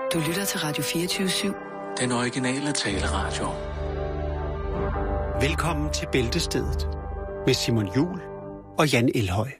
Du lytter til Radio 24/7. Den originale taleradio. Velkommen til Bæltestedet med Simon Juhl og Jan Elhøj.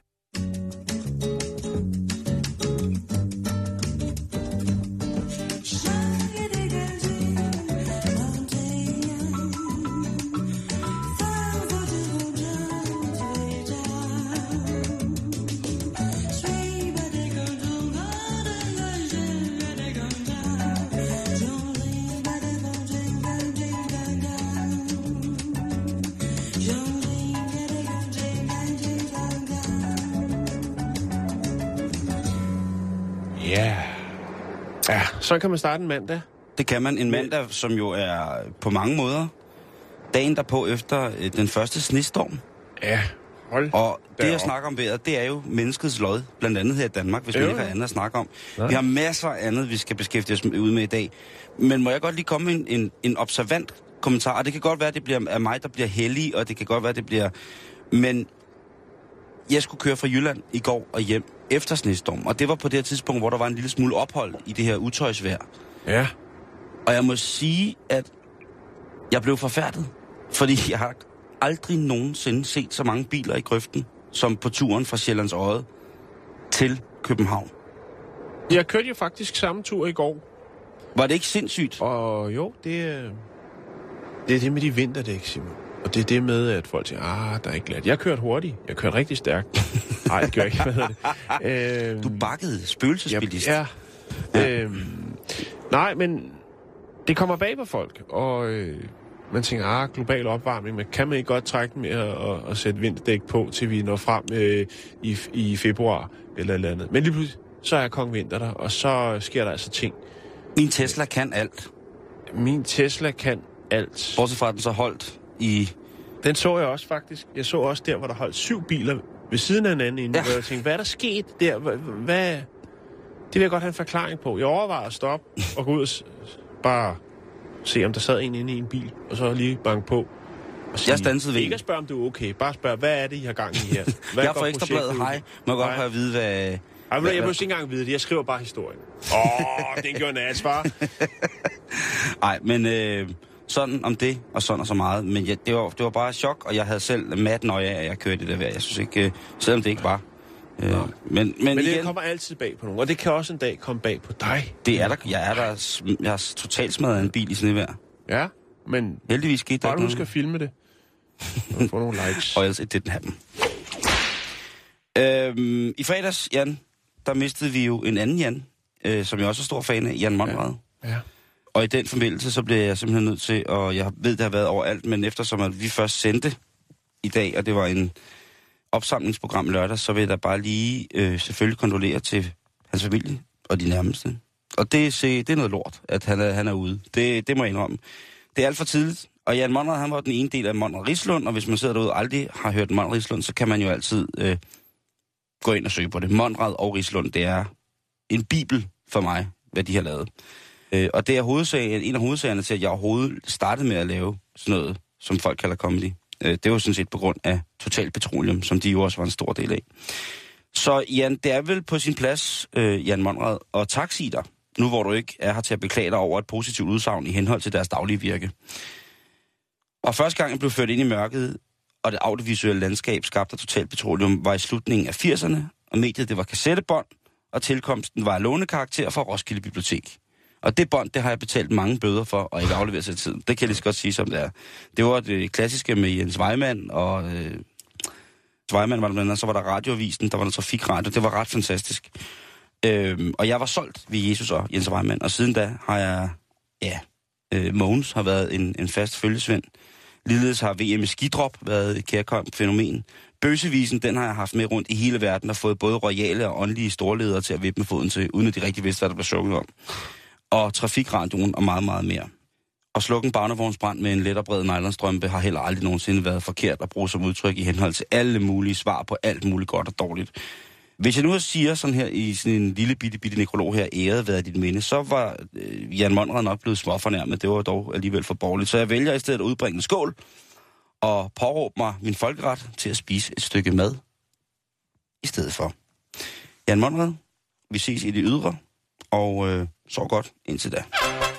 Ja, så kan man starte en mandag. Det kan man. En mandag, som jo er på mange måder dagen derpå efter den første snestorm. Ja, hold. Og det at snakke om vejret, det er jo menneskets lod, blandt andet her i Danmark, hvis man ikke har andet at snakke om. Nej. Vi har masser af andet, vi skal beskæftige os ud med i dag. Men må jeg godt lige komme med en observant kommentar? Og det kan godt være, at det bliver af mig, der bliver hellig, og det kan godt være, at det bliver... Men jeg skulle køre fra Jylland i går og hjem efter snestorm, og det var på det her tidspunkt, hvor der var en lille smule ophold i det her utøjsvejr. Ja. Og jeg må sige, at jeg blev forfærdet, fordi jeg har aldrig nogensinde set så mange biler i grøften, som på turen fra Sjællands Odde til København. Jeg kørte jo faktisk samme tur i går. Var det ikke sindssygt? Og jo, det er det med de vinterdæk, Simon. Og det er det med, at folk siger, der er ikke glat. Jeg kørte hurtigt. Jeg kørte rigtig stærkt. Nej, det gør jeg ikke. Hvad hedder det? Du bakkede spøgelsesbilist. Ja. Nej, men det kommer bag på folk. Og man tænker, global opvarmning, men kan man ikke godt trække med at sætte vinterdæk på, til vi når frem i februar eller andet. Men lige pludselig, så er Kong Vinter der, og så sker der altså ting. Min Tesla kan alt. Min Tesla kan alt. Bortset fra, at den så holdt i... Den så jeg også faktisk. Jeg så også der, hvor der holdt 7 biler ved siden af hinanden inde. Ja. Hvor jeg tænkte, hvad er der sket der? Hvad? Det vil jeg godt have en forklaring på. Jeg overvejer at stoppe og gå ud og bare se, om der sad en inde i en bil, og så lige banke på. Og sige, jeg standsede ved. Ikke at spørge, om du er okay. Bare spørg, hvad er det, I har gang i her? Jeg får Ekstrabladet, hej. Må godt have at vide, hvad... Jeg behøver ikke engang vide det. Jeg skriver bare historien. Den gjorde nat, far. Nej, men... sådan om det, og sådan og så meget. Men ja, det var bare chok, og jeg havde selv matnøje af, at jeg kørte det der vejr. Jeg synes ikke, selvom det ikke var. Men det igen, kommer altid bag på nogen, og det kan også en dag komme bag på dig. Det er der. Jeg har totalt smadret af en bil i sådan et vejr. Ja, men heldigvis skete der bare du skal filme det. Og få nogle likes. Og ellers it didn't happen. I fredags, Jan, der mistede vi jo en anden Jan, som jeg også er stor fan af, Jan Monrad. Ja. Og i den forbindelse, så blev jeg simpelthen nødt til, og jeg ved, det har været overalt, men eftersom at vi først sendte i dag, og det var en opsamlingsprogram lørdag, så vil jeg da bare lige selvfølgelig kondolere til hans familie og de nærmeste. Og det er noget lort, at han er ude. Det må jeg indrømme. Det er alt for tidligt. Og Jan Monrad, han var den ene del af Monrad Rislund, og hvis man sidder derude og aldrig har hørt Monrad Rislund, så kan man jo altid gå ind og søge på det. Monrad og Rislund, det er en bibel for mig, hvad de har lavet. Og det er en af hovedsagerne til, at jeg overhovedet startede med at lave sådan noget, som folk kalder comedy. Det var sådan set på grund af Total Petroleum, som de jo også var en stor del af. Så Jan, det er vel på sin plads, Jan Monrad, og tak sig dig, nu hvor du ikke er her til at beklage dig over et positivt udsagn i henhold til deres daglige virke. Og første gang jeg blev ført ind i mørket, og det audiovisuelle landskab skabt af Total Petroleum, var i slutningen af 80'erne, og mediet det var kassettebånd, og tilkomsten var lånekarakter fra Roskilde Bibliotek. Og det bånd, det har jeg betalt mange bøder for, og ikke afleveret til tiden. Det kan jeg lige så godt sige, som det er. Det var det klassiske med Jens Weimann, og Weimann var der blandt andet, så var der radioavisen, der var der trafikradio. Det var ret fantastisk. Og jeg var solgt ved Jesus og Jens Weimann, og siden da har jeg, Mogens har været en fast følgesvend. Ligeledes har VM i skidrop været et kærkomment fænomen. Bøsevisen, den har jeg haft med rundt i hele verden, og fået både royale og åndelige storledere til at vippe med foden til, uden at de rigtig vidste, hvad der blev sunget om. Og trafikradioen og meget, meget mere. Og slukke en barnevognsbrand med en let og bred nylonstrømpe har heller aldrig nogensinde været forkert at bruge som udtryk i henhold til alle mulige svar på alt muligt godt og dårligt. Hvis jeg nu siger sådan her i sådan en lille bitte nekrolog her, æret været dit minde, så var Jan Monrad nok blevet småfornærmet. Det var dog alligevel for borgerligt. Så jeg vælger i stedet at udbringe en skål og påråbe mig min folkeret til at spise et stykke mad i stedet for. Jan Monrad, vi ses i det ydre, Og sov godt indtil da.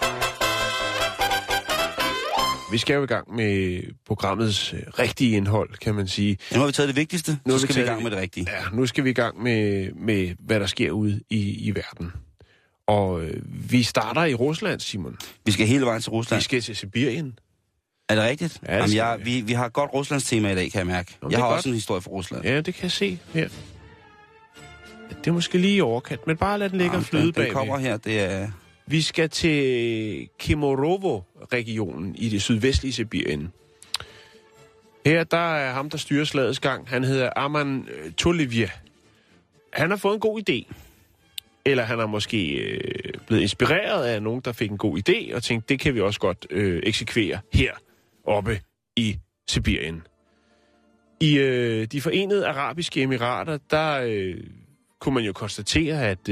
Vi skal jo i gang med programmets rigtige indhold, kan man sige. Nu har vi taget det vigtigste, nu skal vi i gang med det rigtige. Ja, nu skal vi i gang med hvad der sker ude i verden. Og vi starter i Rusland, Simon. Vi skal hele vejen til Rusland. Vi skal til Sibirien. Er det rigtigt? Ja, det Jamen, vi har et godt Ruslands tema i dag, kan jeg mærke. Jeg har også en historie fra Rusland. Ja, det kan jeg se her. Det er måske lige i overkant, men bare lad den ligge og flyde bagved. Den kommer her, det er... Vi skal til Kemorovo-regionen i det sydvestlige Sibirien. Her der er ham, der styrer slagets gang. Han hedder Arman Toleviev. Han har fået en god idé. Eller han har måske blevet inspireret af nogen, der fik en god idé, og tænkte, det kan vi også godt eksekvere her oppe i Sibirien. I de Forenede Arabiske Emirater, der kunne man jo konstatere, at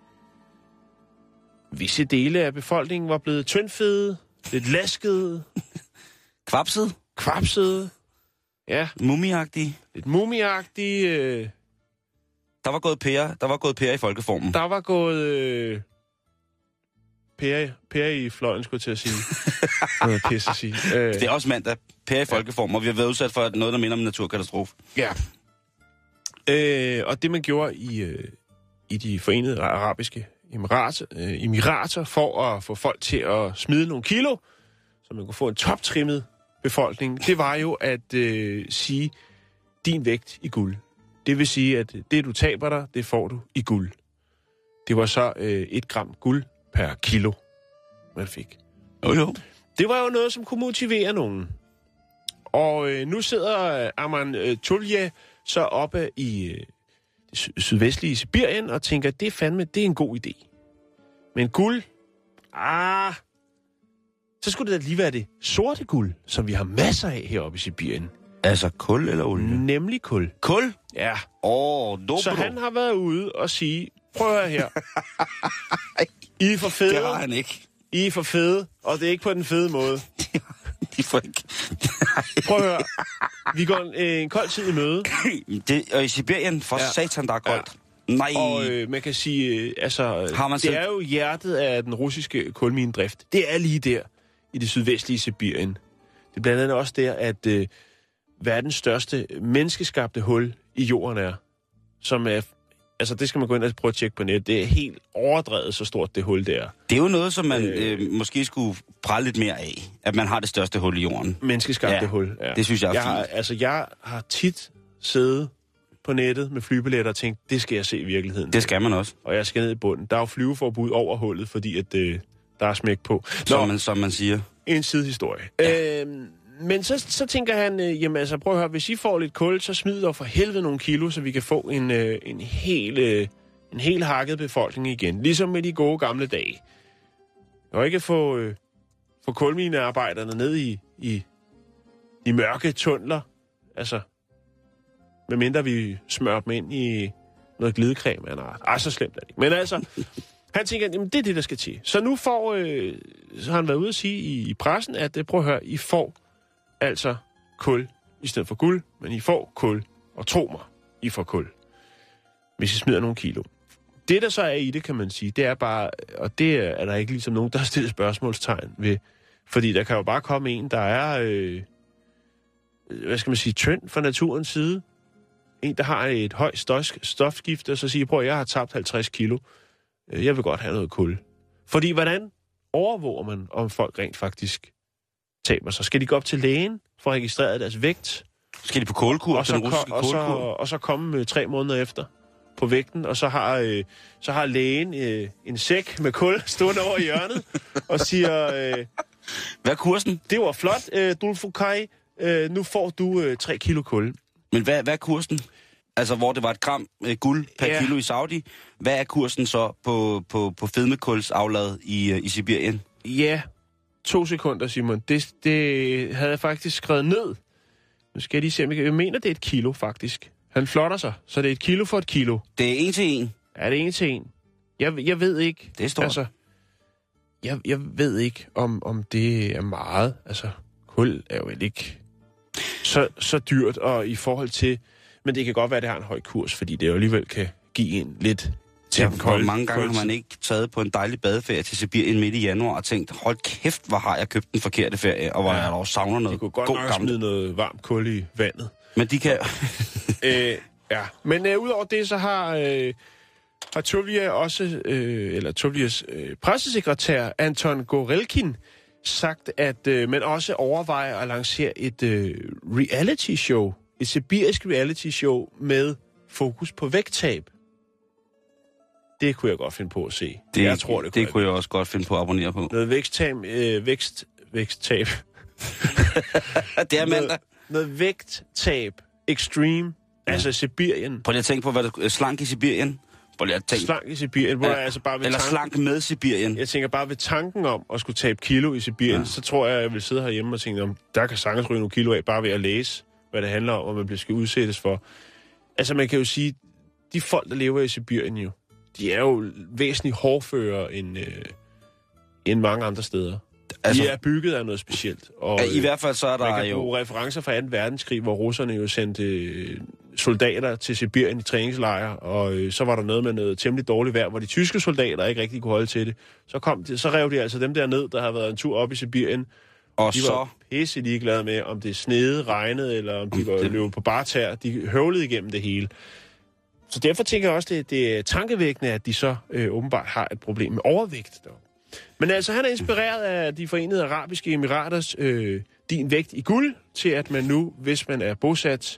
visse dele af befolkningen var blevet tyndfede, lidt laskede. Kvapsede. Ja. Mumiagtige. Lidt mumiagtige. Der var gået pære i folkeformen. Der var gået pære i fløjen, skulle jeg til at sige. Noget pisse at sige. Det er også mandag. Pære i folkeformen, og vi har været udsat for noget, der minder om en naturkatastrofe. Ja. Og det, man gjorde i de Forenede Arabiske Emirater for at få folk til at smide nogle kilo, så man kunne få en toptrimmet befolkning, det var jo at sige din vægt i guld. Det vil sige, at det, du taber dig, det får du i guld. Det var så 1 gram guld per kilo, man fik. Jo. Det var jo noget, som kunne motivere nogen. Og nu sidder Arman Toleviev så oppe i det sydvestlige Sibirien og tænker, at det er en god idé. Men guld? Så skulle det da lige være det sorte guld, som vi har masser af heroppe i Sibirien. Altså kul eller olie? Nemlig kul. Kul? Ja. Dobro. Så han har været ude og sige, prøv at her. I er for fede. Det har han ikke. I er for fede, og det er ikke på den fede måde. De får ikke. Prøv at høre. Vi går en kold tid i møde. Og i Sibirien, for satan, der er koldt. Ja. Nej. Og man kan sige, det er jo hjertet af den russiske kulminedrift. Det er lige der i det sydvestlige Sibirien. Det er blandt andet også der, at verdens største menneskeskabte hul i jorden er. Som er, det skal man gå ind og prøve at tjekke på net. Det er helt overdrevet, så stort det hul der. Det er jo noget, som man måske skulle prale lidt mere af. At man har det største hul i jorden. Menneskeskabte hul, ja. Det synes jeg er fint. Jeg har tit siddet på nettet med flybilletter og tænkt, det skal jeg se i virkeligheden. Det skal man også. Og jeg skal ned i bunden. Der er jo flyveforbud over hullet, fordi at, der er smæk på. Som man siger. En sidehistorie. Ja. Men så tænker han, prøv at høre, hvis I får lidt kul, så smid dog for helvede nogle kilo, så vi kan få en helt hakket befolkning igen. Ligesom med de gode gamle dage. Og ikke få kulminearbejderne ned i mørke tunneler. Medmindre vi smører dem ind i noget glidecreme af en art. Så slemt er det ikke. Men han tænker, jamen det er det, der skal til. Så nu så har han været ude at sige i pressen, at prøv at høre, I får kul i stedet for guld, men I får kul, og tro mig, I får kul, hvis I smider nogle kilo. Det, der så er i det, kan man sige, det er bare, og det er der ikke ligesom nogen, der har stillet spørgsmålstegn ved, fordi der kan jo bare komme en, der er, tynd fra naturens side. En, der har et højt stofskifte, og så siger, prøv, jeg har tabt 50 kilo. Jeg vil godt have noget kul. Fordi hvordan overvåger man, om folk rent faktisk taber sig? Skal de gå op til lægen for at registrere deres vægt? Skal de på kålkur? Og så komme 3 måneder efter på vægten, og så har lægen en sæk med kul stående over hjørnet, og siger... hvad er kursen? Det var flot, Dulfukai. Nu får du 3 kilo kul. Men hvad er kursen? Altså, hvor det var 1 gram guld per kilo i Saudi. Hvad er kursen så på fedmekulsaflad i Sibirien? Ja, 2 sekunder, Simon. Det havde jeg faktisk skrevet ned. Nu skal jeg lige se, om jeg mener, det er 1 kilo, faktisk. Han flotter sig, så det er 1 kilo for 1 kilo. Det er 1 til 1? Ja, det er 1 til 1. Jeg ved ikke. Det er stort. Jeg ved ikke, om det er meget. Kul er jo ikke så dyrt, og i forhold til... Men det kan godt være, at det har en høj kurs, fordi det jo alligevel kan give en lidt til den kolde. Hvor mange gange har man ikke taget på en dejlig badeferie til Sibirien midt i januar og tænkt, hold kæft, hvor har jeg købt den forkerte ferie, og hvor jeg dog savner noget. De kunne godt nok smide noget varmt kul i vandet. Men de kan... ja, men udover det, så har Tuvia også, Tuvias pressesekretær Anton Gorelkin sagt, at man også overvejer at lancere et reality show, et sibirisk reality show med fokus på vægttab. Det kunne jeg godt finde på at se. Jeg tror, det kunne jeg også godt finde på at abonnere på. Noget vægttab. Det er mandag. Noget vægttab. Extreme. Ja. Altså Sibirien. Prøv lige at tænke på, hvad der slank i Sibirien. Slank i Sibirien. Hvor altså bare ved eller slank med Sibirien. Jeg tænker bare ved tanken om at skulle tabe kilo i Sibirien, så tror jeg vil sidde herhjemme og tænke, om der kan sagtens ryge nogle kilo af, bare ved at læse, hvad det handler om, og man skal udsættes for. Altså man kan jo sige, de folk, der lever i Sibirien jo, de er jo væsentligt hårdførere end mange andre steder. Altså, de er bygget af noget specielt. Og, I hvert fald så er der jo... Man kan bruge referencer fra 2. verdenskrig, hvor russerne jo sendte soldater til Sibirien i træningslejre, og så var der noget med noget temmelig dårligt vejr, hvor de tyske soldater ikke rigtig kunne holde til det. Så rev de altså dem der ned, der har været en tur op i Sibirien. Og de var pisse ligeglade med, om det snede, regnede, eller om de var løbet på bartær. De høvlede igennem det hele. Så derfor tænker jeg også, det er tankevækkende, at de så åbenbart har et problem med overvægt. Men altså, han er inspireret af de Forenede Arabiske Emiraters din vægt i guld, til at man nu, hvis man er bosat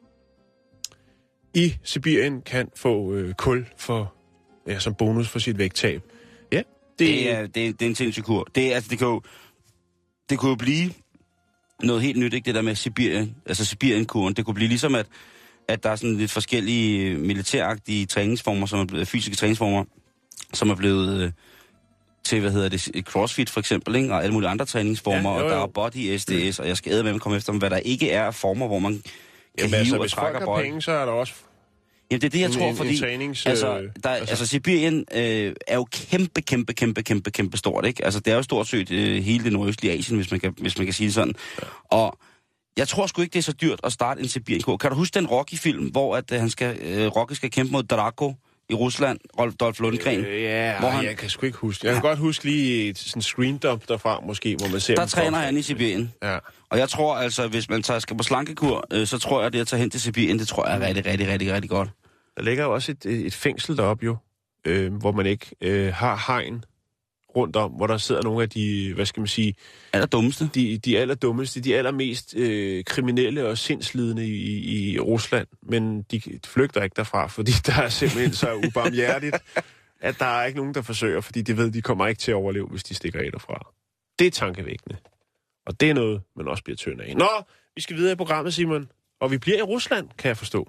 i Sibirien, kan få kul som bonus for sit vægttab. Ja, det er en sindssyg kur. Det kunne jo blive noget helt nyt, ikke, det der med Sibirien, altså Sibirien-kuren. Det kunne blive ligesom, at der er sådan lidt forskellige militæragtige træningsformer, fysiske træningsformer, som er blevet til, CrossFit for eksempel, ikke? Og alle mulige andre træningsformer, og der er body SDS, og jeg skal æde med at komme efter, hvad der ikke er former, hvor man kan hive og trække og bøje. Hvis folk har penge, så er der også... Jamen, det er det, jeg tror, fordi Sibirien er jo kæmpe stort, ikke? Altså, det er jo stort set hele det nordøstlige Asien, hvis man kan sige det sådan. Ja. Og jeg tror sgu ikke, det er så dyrt at starte en Sibirien-kur. Kan du huske den Rocky-film, hvor at Rocky skal kæmpe mod Drago i Rusland, Dolph Lundgren? Jeg kan sgu ikke huske. Jeg kan godt huske lige et sådan screen-dump derfra, måske, hvor man ser... Der træner han i Sibirien. Ja. Og jeg tror altså, hvis man skal på slankekur, så tror jeg, at det at tage hen til Sibirien, det tror jeg er rigtig godt. Der ligger jo også et fængsel deroppe jo, hvor man ikke har hegn rundt om, hvor der sidder nogle af de, hvad skal man sige... Allerdummeste. De allerdummeste, de allermest kriminelle og sindslidende i Rusland. Men de flygter ikke derfra, fordi der er simpelthen så ubarmhjertigt, at der er ikke nogen, der forsøger, fordi de ved, de kommer ikke til at overleve, hvis de stikker af derfra. Det er tankevækkende. Og det er noget, man også bliver tynd af. Nå, vi skal videre i programmet, Simon. Og vi bliver i Rusland, kan jeg forstå.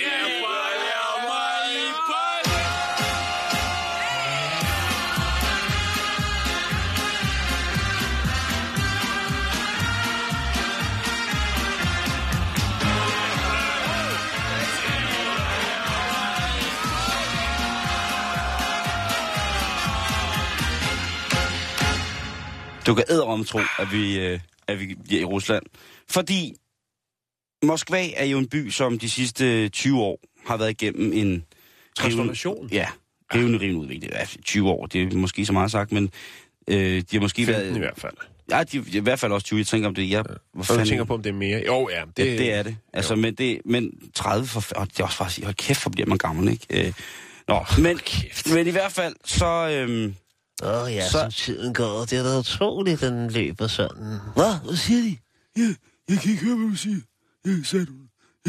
Du kan edderomme tro, at vi bliver i Rusland. Fordi Moskva er jo en by, som de sidste 20 år har været igennem en... transformation? Rivende udvikling. 20 år, det er måske så meget sagt, men de har måske 15 været... i hvert fald. Ja, de i hvert fald også 20. Jeg tænker om det... Jeg tænker på, om det er mere. Jo, ja. Det er det. Altså, men 30 for... Og det er også bare at sige, hold kæft, hvor bliver man gammel, ikke? Men i hvert fald, så... som tiden går. Det er da utroligt, den løber sådan. Hvad siger de? Ja, jeg kan ikke høre, hvad du siger. Ja, sagde du.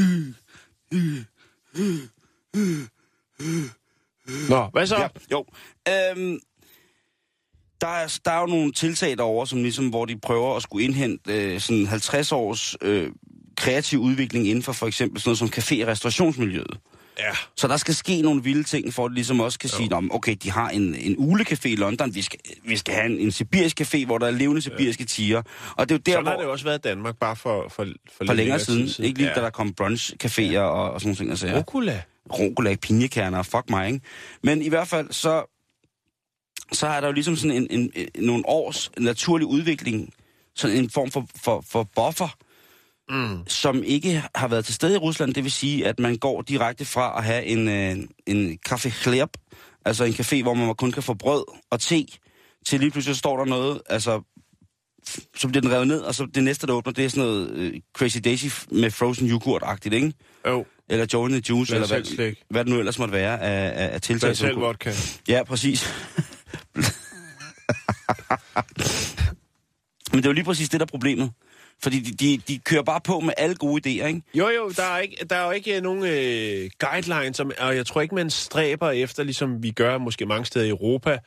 Nå, hvad så? Ja, jo. Der er jo nogle tiltag derovre, som ligesom, hvor de prøver at skulle indhente sådan 50 års kreativ udvikling inden for eksempel sådan noget som café- og restaurationsmiljøet. Ja. Så der skal ske nogle vilde ting, for at de ligesom også kan sige, okay, de har en ulecafé i London, vi skal have en sibirisk café, hvor der er levende sibiriske tiger. Og det er jo der, sådan har det jo også været i Danmark, bare for længere siden. Ikke lige da der kom brunch-caféer og sådan nogle ting. Rucola, pinjekerner, fuck mig, ikke? Men i hvert fald, så er der jo ligesom sådan nogle års naturlig udvikling, sådan en form for buffer, som ikke har været til stede i Rusland. Det vil sige, at man går direkte fra at have en café chleb, Altså en café, hvor man kun kan få brød og te, til lige pludselig står der noget, altså, så bliver den revet ned, og så det næste, der åbner, det er sådan noget Crazy Daisy med frozen yoghurt-agtigt, ikke? Jo. Eller Joe in the Juice, eller hvad det nu ellers måtte være af tiltag. Selv vodka. Ja, præcis. Men det er jo lige præcis det, der er problemet. Fordi de kører bare på med alle gode idéer, ikke? Jo, der er jo ikke nogen guidelines, og jeg tror ikke, man stræber efter, ligesom vi gør måske mange steder i Europa,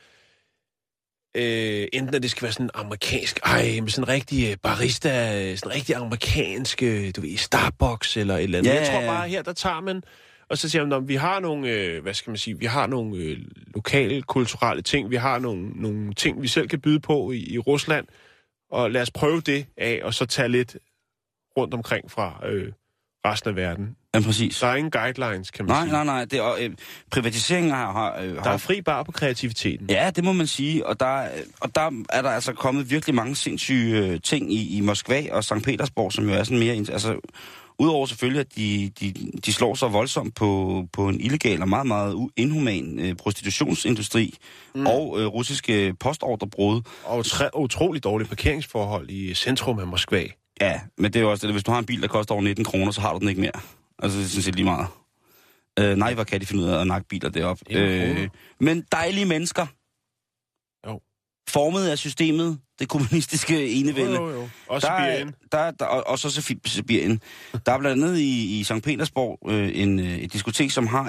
enten at det skal være sådan amerikansk, med sådan en rigtig barista, sådan en rigtig amerikansk, du ved, Starbucks eller et eller andet. Ja, jeg tror bare, her der tager man, og så siger man, vi har nogle, hvad skal man sige, vi har nogle lokale, kulturelle ting, vi har nogle ting, vi selv kan byde på i Rusland, og lad os prøve det af, og så tage lidt rundt omkring fra resten af verden. Ja, præcis. Der er ingen guidelines, kan man sige. Nej. Det er, privatiseringen har... Der er fri bar på kreativiteten. Ja, det må man sige. Og der er der altså kommet virkelig mange sindssyge ting i Moskva og Sankt Petersborg, som jo er sådan mere... Altså, udover selvfølgelig, at de slår sig voldsomt på en illegal og meget, meget inhuman prostitutionsindustri og russiske postordrebrud. Og utroligt dårlige parkeringsforhold i centrum af Moskva. Ja, men det er jo også det. Hvis du har en bil, der koster over 19 kroner, så har du den ikke mere. Altså, det synes jeg lige meget. Nej, hvor kan de finde ud af at nakke biler deroppe. Men dejlige mennesker. Jo. Formet af systemet, det kommunistiske enevælde. Jo. Også Sibirien. Og så Sibirien. Der er blandt andet i Sankt Petersborg et diskotek, som har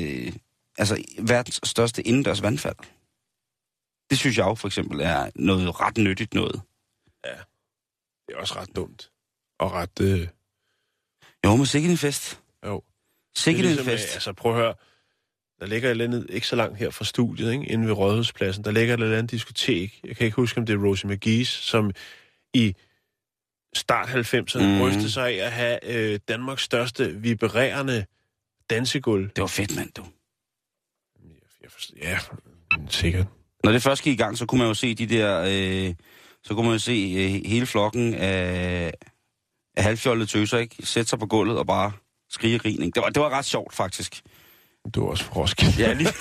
verdens største indendørs vandfald. Det synes jeg jo for eksempel er noget ret nyttigt noget. Ja, det er også ret dumt. Og ret... Jo, men sikkert en fest. Jo. Sikkert en fest. Altså, prøv at høre. Der ligger et eller andet, ikke så langt her fra studiet, ikke? Inde ved Rådhuspladsen. Der ligger et eller andet diskotek. Jeg kan ikke huske, om det er Rosie McGee's, som i start 90'erne brystede sig af at have Danmarks største vibrerende dansegulv. Det var fedt, mand, du. Ja, sikkert. Når det først gik i gang, så kunne man jo se de der... så kunne man jo se hele flokken af halvfjollede tøser, ikke? Sætte sig på gulvet og bare skrige og grine. Det var ret sjovt, faktisk. Du er også frosk. Ja, lige.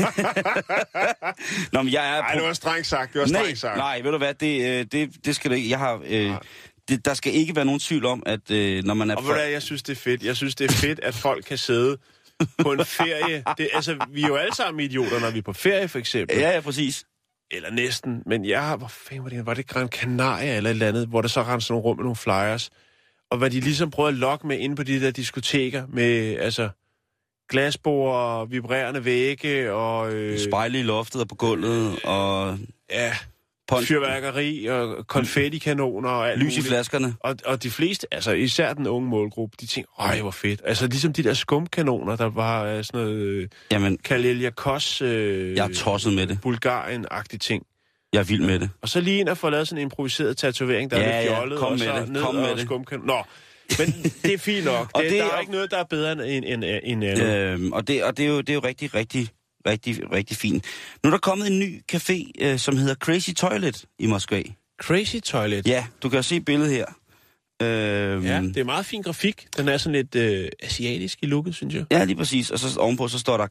Nå, men jeg er... Nej, det var strengt sagt. Nej, ved du hvad, det skal det ikke. Jeg har... der skal ikke være nogen tvivl om, at når man er... Og ved du, jeg synes, det er fedt. Jeg synes, det er fedt, at folk kan sidde på en ferie. Vi er jo alle sammen idioter, når vi er på ferie, for eksempel. Ja, præcis. Eller næsten. Men hvor fanden var det? Var det Gran Canaria eller et eller andet, hvor der så rendte sådan nogle rum med nogle flyers? Og hvad de ligesom prøvede at lokke med inde på de der diskoteker med, glasbord, vibrerende vægge og... spejle i loftet og på gulvet og... Ja, fyrværkeri og konfettikanoner og alt lys i flaskerne. Og de fleste, altså især den unge målgruppe, de tænkte, hvor fedt. Altså ligesom de der skumkanoner, der var sådan noget... Karelia Kos... jeg er tosset med det. Bulgarien-agtig ting. Jeg er vild med det. Og så lige ind og få lavet sådan en improviseret tatovering, der er lidt fjollet, og så ned og skumkanoner. Nå, men det er fint nok. Der er ikke noget, der er bedre end andet. Og det er jo rigtig, rigtig, rigtig, rigtig fint. Nu er der kommet en ny café, som hedder Crazy Toilet i Moskva. Crazy Toilet? Ja, du kan se billedet her. Ja, det er meget fin grafik. Den er sådan lidt asiatisk i looket, synes jeg. Ja, lige præcis. Og så ovenpå, så står der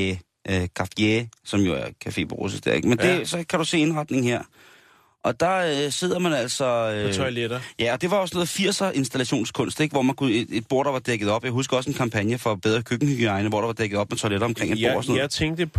Café, som jo er café på russisk der, ikke? Men så kan du se indretningen her. Og der sidder man altså... på toiletter. Ja, og det var også noget 80'er installationskunst, ikke? Hvor man kunne et bord, der var dækket op. Jeg husker også en kampagne for bedre køkkenhygiejne, hvor der var dækket op med toiletter omkring et bord og sådan noget. Jeg tænkte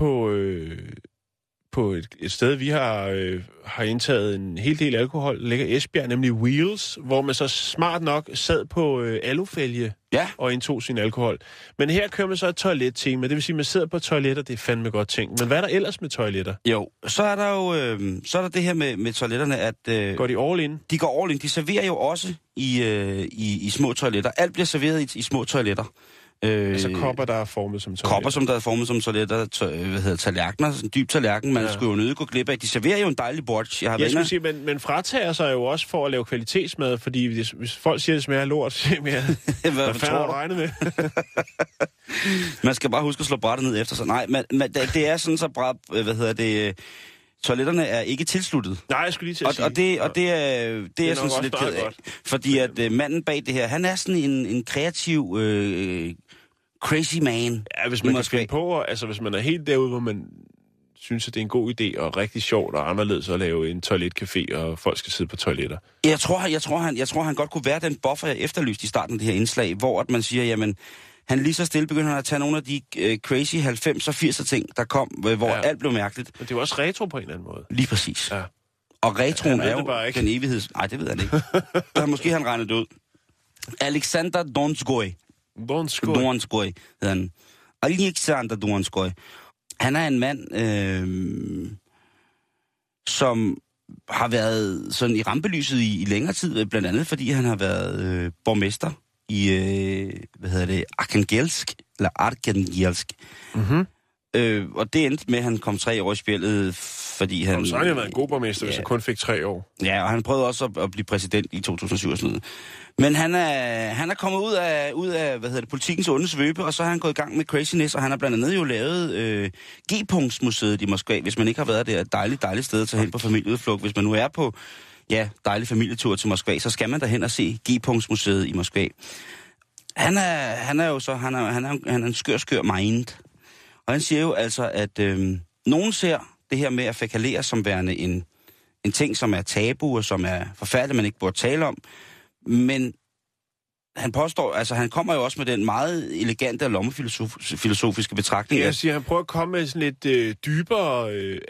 på et sted, vi har indtaget en hel del alkohol, der ligger i Esbjerg, nemlig Wheels, hvor man så smart nok sad på alufælge og indtog sin alkohol. Men her kører man så et toilet-tema, det vil sige, at man sidder på toiletter, det er fandme godt ting. Men hvad er der ellers med toiletter? Jo, så er der jo så er der det her med toiletterne, at... går de all in? De går all in. De serverer jo også i små toiletter. Alt bliver serveret i små toiletter. Altså kopper, der er formet som toiletter. Kopper, som der er formet som toiletter, tallerkener, en dyb tallerken, man skulle jo nødt gå glip af. De serverer jo en dejlig borch. Jeg skulle sige, men fratager sig jo også for at lave kvalitetsmad, fordi hvis folk siger, det smager lort, så siger mere, hvad fanden har du regnet med? Man skal bare huske at slå brættet ned efter sig. Nej, men det er sådan så bræt, toiletterne er ikke tilsluttet. Nej, jeg skulle lige til at sige. Og det er sådan lidt ked af. Fordi at manden bag det her, han er sådan en kreativ crazy man. Ja, hvis man kan finde på, altså hvis man er helt derude, hvor man synes, at det er en god idé og rigtig sjovt og anderledes at lave en toiletcafé, og folk skal sidde på toiletter. Jeg tror, han godt kunne være den buffer, jeg efterlyste i starten af det her indslag, hvor at man siger, jamen, han lige så stille begynder at tage nogle af de crazy 90'er og 80'er ting, der kom, hvor alt blev mærkeligt. Men det var også retro på en eller anden måde. Lige præcis. Ja. Og retroen er jo ikke. den evigheds... Nej, det ved han ikke. Måske han regnet det ud. Alexander Donskoj. Donskoj hedder han. Alexander Donskoj. Han er en mand, som har været sådan i rampelyset i længere tid, blandt andet fordi han har været borgmester i, Arkhangelsk. Mhm. Og det endte med, at han kom 3 år i spillet, fordi han... Så har han jo været en god borgmester, hvis han kun fik 3 år. Ja, og han prøvede også at blive præsident i 2007 og sådan noget. Men han er kommet ud af politikens onde svøbe, og så har han gået i gang med craziness, og han har blandt andet jo lavet G-punktsmuseet i Moskva, hvis man ikke har været der. Et dejligt sted at tage hen på familieudflugt. Hvis man nu er på, dejlig familietur til Moskva, så skal man derhen og se G-punktsmuseet i Moskva. Han er en skør mind. Og han siger jo altså, at nogen ser det her med at fækalere som værende en ting, som er tabu, og som er forfærdeligt, man ikke burde tale om. Men han påstår, altså han kommer jo også med den meget elegante og lommefilosofiske betragtning. Jeg siger, han prøver at komme med sådan lidt dybere,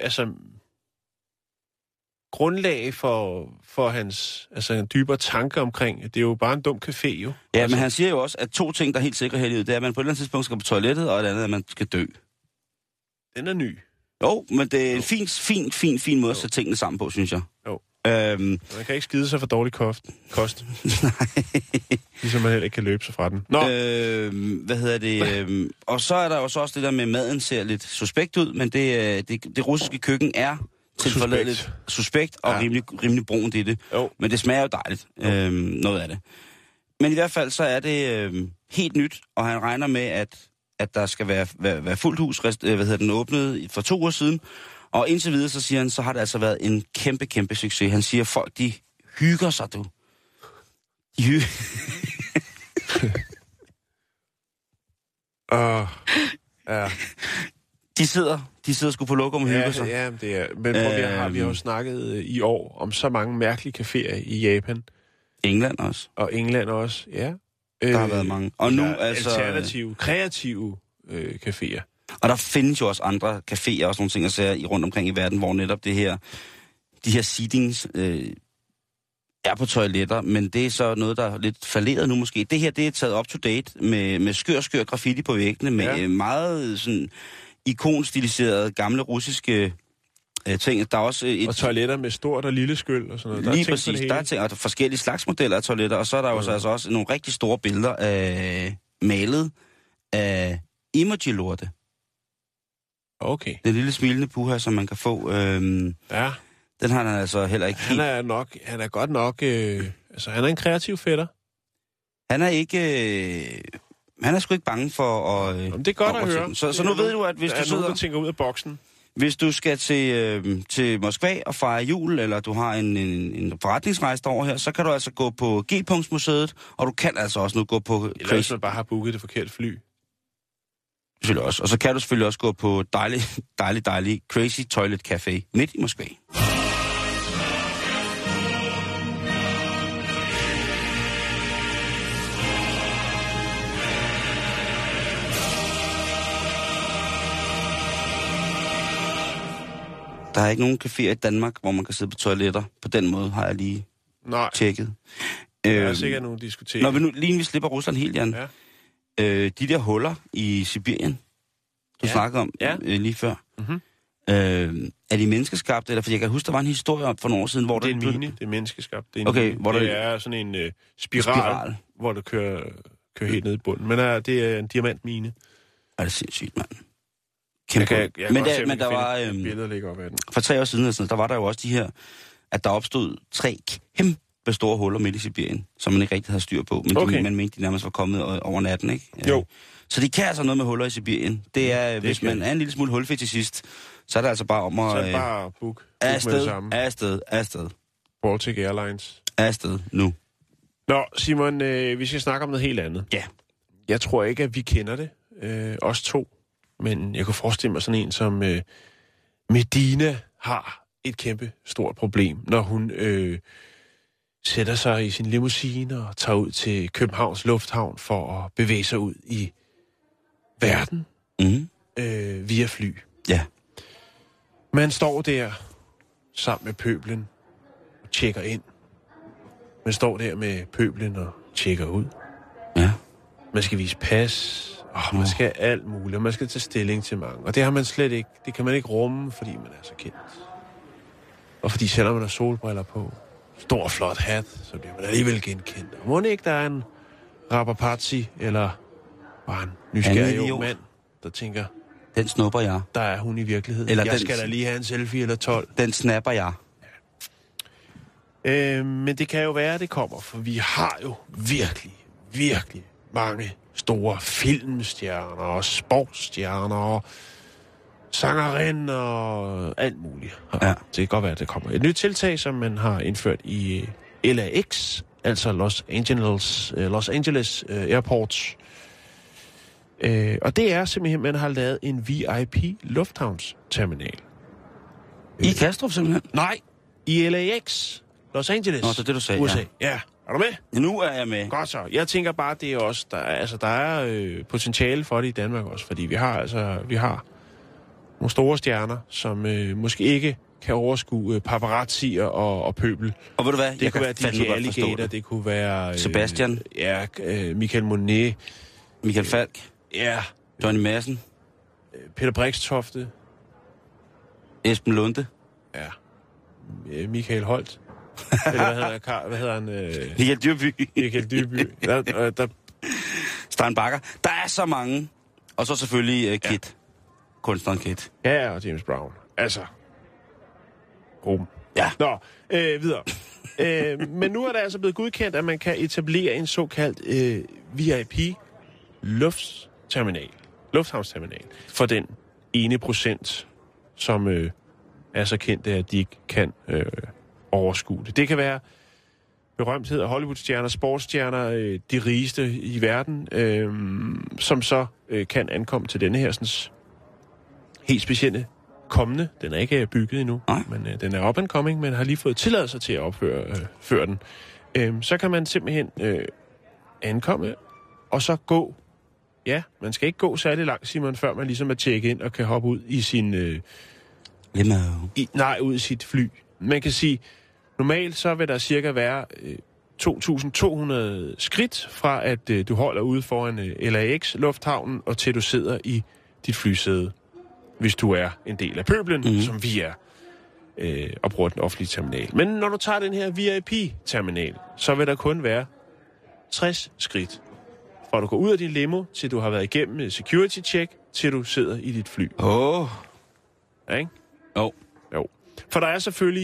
grundlag for hans, en dybere tanke omkring, det er jo bare en dum café jo. Ja, men han siger jo også, at 2 ting, der er helt sikre her i livet, det er, at man på et eller andet tidspunkt skal på toilettet, og det andet er, at man skal dø. Den er ny. Jo, men det er en fin måde at sætte tingene sammen på, synes jeg. Jo. Man kan ikke skide sig for dårlig kost. Nej. Ligesom man heller ikke kan løbe sig fra den. Nå. Og så er der jo så også det der med, maden ser lidt suspekt ud, men det russiske køkken er tilforladeligt suspekt og rimelig brunt i det. Jo. Men det smager jo dejligt, noget af det. Men i hvert fald så er det helt nyt, og han regner med, at der skal være fuldt hus, den åbnede for 2 år siden. Og indtil videre, så siger han, så har det altså været en kæmpe succes. Han siger, folk, de hygger sig, du. Ja. De sidder sgu på lokum og hygger sig. Ja, det er. Men vi har jo snakket i år om så mange mærkelige caféer i Japan. England også. Og England også, ja. Der har været mange. Og nu altså alternative, kreative caféer. Og der findes jo også andre caféer og sådan nogle ting, der ser rundt omkring i verden, hvor netop de her seatings er på toiletter, men det er så noget, der er lidt falderet nu måske. Det her, det er taget up to date med skør graffiti på væggene, med meget sådan ikonstiliserede gamle russiske ting. Der er også og toiletter med stort og lille skyld og sådan noget. Der lige præcis, der er ting, og forskellige slags modeller af toiletter, og så er der jo altså også nogle rigtig store billeder malet af emoji-lorte. Okay. Den lille smilende puha, som man kan få. Ja. Den har han altså heller ikke han er godt nok... han er en kreativ fætter. Han er ikke... han er sgu ikke bange for at... Jamen, det er godt at høre. Så nu ved du, at hvis du sidder... nogen, der tænker ud af boksen. Hvis du skal til Moskva og fejre jul, eller du har en forretningsrejse derover her, så kan du altså gå på G-punktsmuseet, og du kan altså også nu gå på... Eller hvis man bare har booket det forkerte fly. Selvfølgelig også. Og så kan du selvfølgelig også gå på dejlig Crazy Toilet Café midt i Moskva. Der er ikke nogen caféer i Danmark, hvor man kan sidde på toiletter. På den måde har jeg lige tjekket. Der er sikkert nogle diskoteker. Når vi nu lige slipper Rusland helt, Jan. Ja. De der huller i Sibirien, du snakkede om lige før. Mm-hmm. Er de menneskeskabte? Eller fordi jeg kan huske, der var en historie om for nogle år siden, hvor det er en mine, det er menneskeskabt. Det er, det er sådan en spiral, hvor du kører helt ned i bunden. Men det er en diamantmine. Er det sindssygt, mand. Men der var billeder ligger op af den. For 3 år siden, der var der jo også de her, at der opstod 3 kæmpe store huller midt i Sibirien, som man ikke rigtig havde styr på, men man mente, de nærmest var kommet over natten, ikke? Jo. Så de kan altså noget med huller i Sibirien. Det er, hvis man er en lille smule hulfetischist, så er det altså bare om at... Så er det bare book afsted. Baltic Airlines. Afsted nu. Nå, Simon, vi skal snakke om noget helt andet. Ja. Jeg tror ikke, at vi kender det, os to. Men jeg kunne forestille mig sådan en som Medina har et kæmpe stort problem, når hun sætter sig i sin limousine og tager ud til Københavns Lufthavn for at bevæge sig ud i verden via fly. Ja. Man står der sammen med pøblen og tjekker ind. Man står der med pøblen og tjekker ud. Ja. Man skal vise pas, og man skal alt muligt, og man skal tage stilling til mange. Og det har man slet ikke, det kan man ikke rumme, fordi man er så kendt. Og fordi selvom man har solbriller på, stor flot hat, så bliver man alligevel genkendt. Og må ikke, der er en rapapazzi, eller bare en nysgerrig ung mand, der tænker, den snupper jeg. der er hun i virkeligheden. Eller jeg skal da lige have en selfie eller 12. Den snapper jeg. Men det kan jo være, at det kommer, for vi har jo virkelig mange store filmstjerner og sportsstjerner og sangerinder og alt muligt. Ja. Det kan godt være, at det kommer. Et nyt tiltag, som man har indført i LAX, altså Los Angeles Airport. Og det er simpelthen, at man har lavet en VIP-lufthavnsterminal. I Kastrup simpelthen? Nej, i LAX, Los Angeles. Nå, det er det, du sagde, USA. Ja. Er du med? Nu er jeg med. Godt så. Jeg tænker bare, det er også, der er potentiale for det i Danmark også, fordi vi har nogle store stjerner, som måske ikke kan overskue paparazzier og pøbel. Og ved du hvad? Det kunne være DJ Alligator, det kunne være Sebastian. Michael Monet. Michael Falk. Ja. Johnny Madsen. Peter Brixtofte. Esben Lunde. Ja. Michael Holt. Eller hvad hedder han? Michael Dyrby. Michael Dyrby. Der... Stein Bakker. Der er så mange. Og så selvfølgelig Kit. Kunstneren Kit. Ja, og James Brown. Altså. Gruppen. Ja. Nå, videre. Men nu er det altså blevet godkendt, at man kan etablere en såkaldt VIP lufthavnsterminal for den 1%, som er så kendt, at de ikke kan overskue det. Det kan være berømtheder, Hollywood-stjerner, sportsstjerner, de rigeste i verden, som så kan ankomme til denne her sådan, helt specielle kommende. Den er ikke bygget endnu, men den er up and coming, men har lige fået tilladelse til at opføre den. Så kan man simpelthen ankomme og så gå. Ja, man skal ikke gå særlig langt, Simon, før man ligesom er tjekket ind og kan hoppe ud i sin... ud i sit fly. Man kan sige, normalt så vil der cirka være 2.200 skridt fra, at du holder ude foran LAX-lufthavnen, og til du sidder i dit flysæde, hvis du er en del af pøblen, som vi er, og bruger den offentlige terminal. Men når du tager den her VIP-terminal, så vil der kun være 60 skridt. Fra du går ud af din limo, til du har været igennem et security check, til du sidder i dit fly. Ja, ikke? Jo. For der er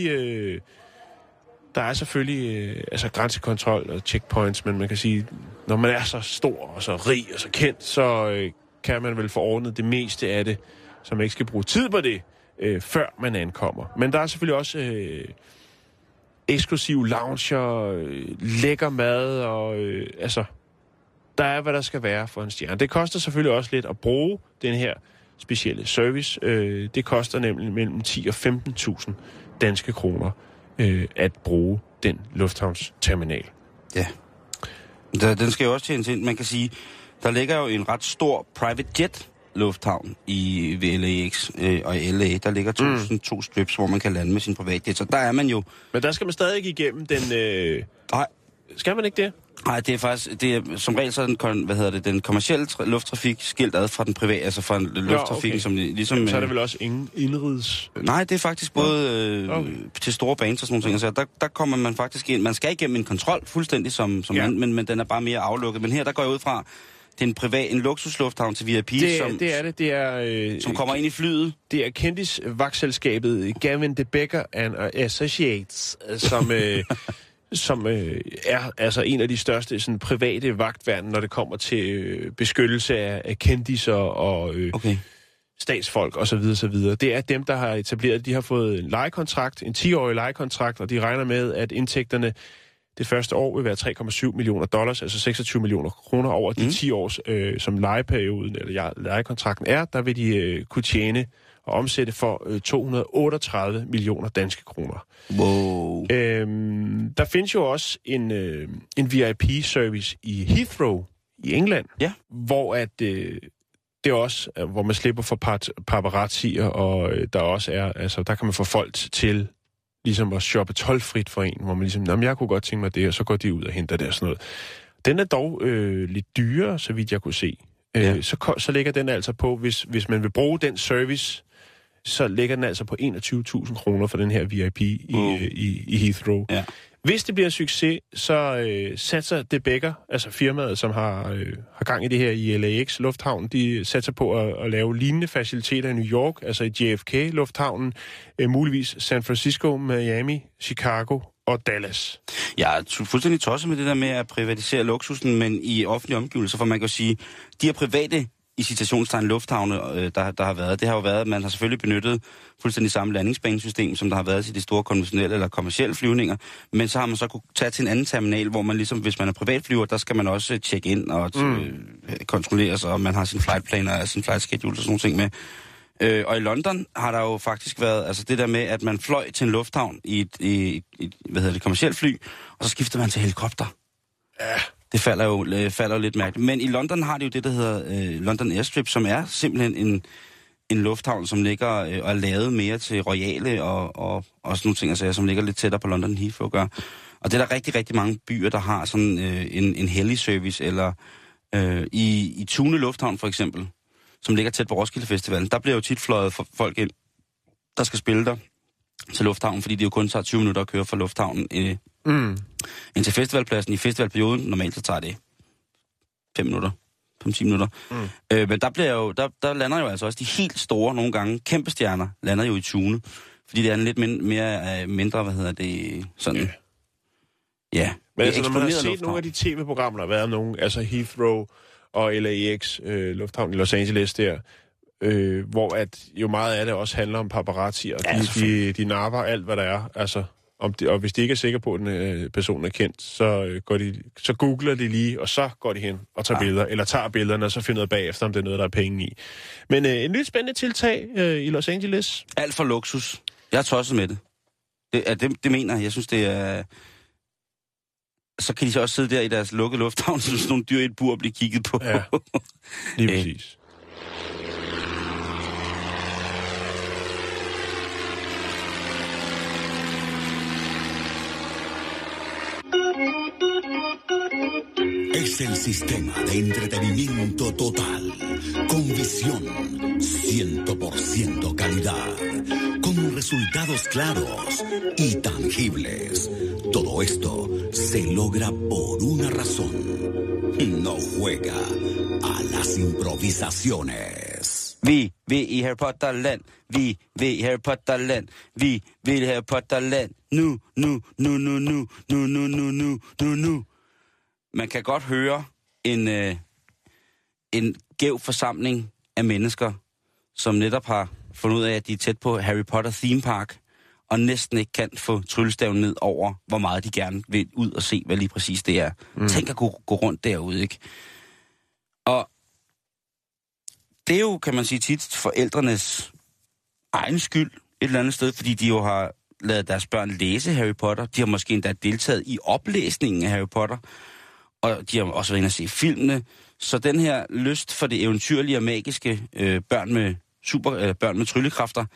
selvfølgelig, altså grænsekontrol og checkpoints, men man kan sige, når man er så stor og så rig og så kendt, så kan man vel forordne det meste af det, så man ikke skal bruge tid på det, før man ankommer. Men der er selvfølgelig også eksklusive lounger, lækker mad og altså... Der er, hvad der skal være for en stjerne. Det koster selvfølgelig også lidt at bruge den her specielle service. Det koster nemlig mellem 10 og 15.000 danske kroner at bruge den lufthavnsterminal. Ja. Den skal jo også tjenes ind. Man kan sige, der ligger jo en ret stor private jet lufthavn i LAX og i LA. Der ligger to strips, hvor man kan lande med sin privatjet. Så der er man jo... Men der skal man stadig igennem den... Nej. Skal man ikke det? Nej, det er faktisk, som regel så er den kommercielle lufttrafik skilt ad fra den private, altså fra lufttrafikken, som ligesom... Så er der vel også ingen indrids... Nej, det er faktisk både til store baner og sådan nogle ting. Så der kommer man faktisk ind. Man skal igennem en kontrol fuldstændig som men den er bare mere aflukket. Men her, der går jeg ud fra, det er en luksuslufthavn til VIP, som kommer ind i flyet. Det er kendis-vagtselskabet Gavin de Becker and Associates, som er altså en af de største sådan, private vagtværn, når det kommer til beskyttelse af kendiser og statsfolk osv. Det er dem, der har etableret, de har fået en lejekontrakt, en 10-årig lejekontrakt, og de regner med, at indtægterne det første år vil være $3,7 millioner, altså 26 millioner kroner over de 10 års, som lejeperioden, eller lejekontrakten er, der vil de kunne tjene og omsætte for 238 millioner danske kroner. Wow. Der findes jo også en VIP-service i Heathrow i England, Ja. hvor at det er også, hvor man slipper for paparazzier, og der også er, altså der kan man få folk til ligesom at shoppe toldfrit for en, hvor man ligesom, jeg kunne godt tænke mig det, og så går de ud og henter det og sådan noget. Den er dog lidt dyrere, så vidt jeg kunne se. Ja. Så ligger den altså på, hvis man vil bruge den service, så ligger den altså på 21.000 kroner for den her VIP i Heathrow. Ja. Hvis det bliver en succes, så satser det Becker, altså firmaet, som har gang i det her i LAX Lufthavn, de satser på at lave lignende faciliteter i New York, altså i JFK-lufthavnen, muligvis San Francisco, Miami, Chicago og Dallas. Jeg er fuldstændig tosset med det der med at privatisere luksusen, men i offentlige omgivelser, for man kan jo sige, de her private i citationstegn lufthavne, der har været, det har jo været, at man har selvfølgelig benyttet fuldstændig samme landingsbanesystem, som der har været til de store konventionelle eller kommercielle flyvninger, men så har man så kunne tage til en anden terminal, hvor man ligesom, hvis man er privatflyver, der skal man også tjekke ind og kontrolleres, og man har sin flightplaner og sin flight schedule og sådan nogle ting med. Og i London har der jo faktisk været, altså det der med, at man fløj til en lufthavn i et kommercielt fly, og så skifter man til helikopter. Ja. Det falder jo lidt mærkeligt. Men i London har de jo det, der hedder London Airstrip, som er simpelthen en lufthavn, som ligger og er lavet mere til royale og sådan nogle ting, altså, som ligger lidt tættere på London Heathrow gør. Og det er der rigtig, rigtig mange byer, der har sådan en heli-service, eller i Tune Lufthavn for eksempel, som ligger tæt på Roskilde Festivalen, der bliver jo tit fløjet for folk ind, der skal spille der til lufthavnen, fordi det jo kun tager 20 minutter at køre fra lufthavnen ind til festivalpladsen. I festivalperioden, normalt så tager det 5-10 minutter. Men der lander jo altså også de helt store, nogle gange kæmpe stjerner, lander jo i Tune, fordi det er en lidt mindre, sådan... Ja. Men altså, når man har set nogle af de tv-programmer, der har været nogle, altså Heathrow og LAX, lufthavn i Los Angeles der, hvor at jo meget af det også handler om paparazzi, og de napper alt, hvad der er. Altså, og hvis de ikke er sikre på, at den person er kendt, så googler de lige, og så går de hen og tager billeder, eller tager billederne, og så finder ud bagefter, om det er noget, der er penge i. Men en lidt spændende tiltag i Los Angeles. Alt for luksus. Jeg er tosset med det. Det mener jeg. Jeg synes, det er... Så kan de så også sidde der i deres lukkede lufthavn, som sådan nogle dyr i et bur og blive kigget på. Ja, lige præcis. Es el sistema de entretenimiento total, con visión, 100% calidad, con resultados claros y tangibles. Todo esto se logra por una razón. No juega a las improvisaciones. Vi i Harry Potter-land. Vi i Harry Potter-land. Vi vil Harry Potter-land. Nu. Man kan godt høre en gæv forsamling af mennesker, som netop har fundet ud af, at de er tæt på Harry Potter Theme Park, og næsten ikke kan få tryllestaven ned over, hvor meget de gerne vil ud og se, hvad lige præcis det er. Tænk at gå rundt derude, ikke? Og det er jo, kan man sige, tit forældrenes egen skyld et eller andet sted, fordi de jo har ladet deres børn læse Harry Potter. De har måske endda deltaget i oplæsningen af Harry Potter, og de har også været inde og se filmene. Så den her lyst for det eventyrlige og magiske børn med tryllekræfter,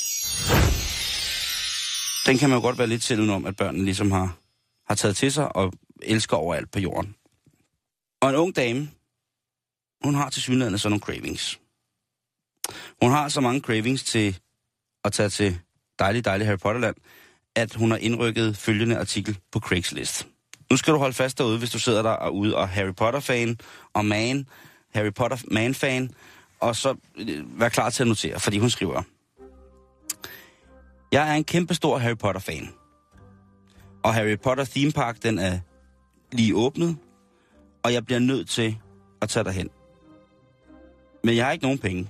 den kan man jo godt være lidt selv om, at børnene ligesom har taget til sig og elsker overalt på jorden. Og en ung dame, hun har tilsyneladende sådan nogle cravings. Hun har så mange cravings til at tage til dejlig Harry Potterland, at hun har indrykket følgende artikel på Craigslist. Nu skal du holde fast derude, hvis du sidder der og ude og Harry Potter-fan og Harry Potter-man-fan, og så vær klar til at notere, fordi hun skriver: Jeg er en kæmpestor Harry Potter-fan, og Harry Potter Theme Park, den er lige åbnet, og jeg bliver nødt til at tage derhen. Men jeg har ikke nogen penge.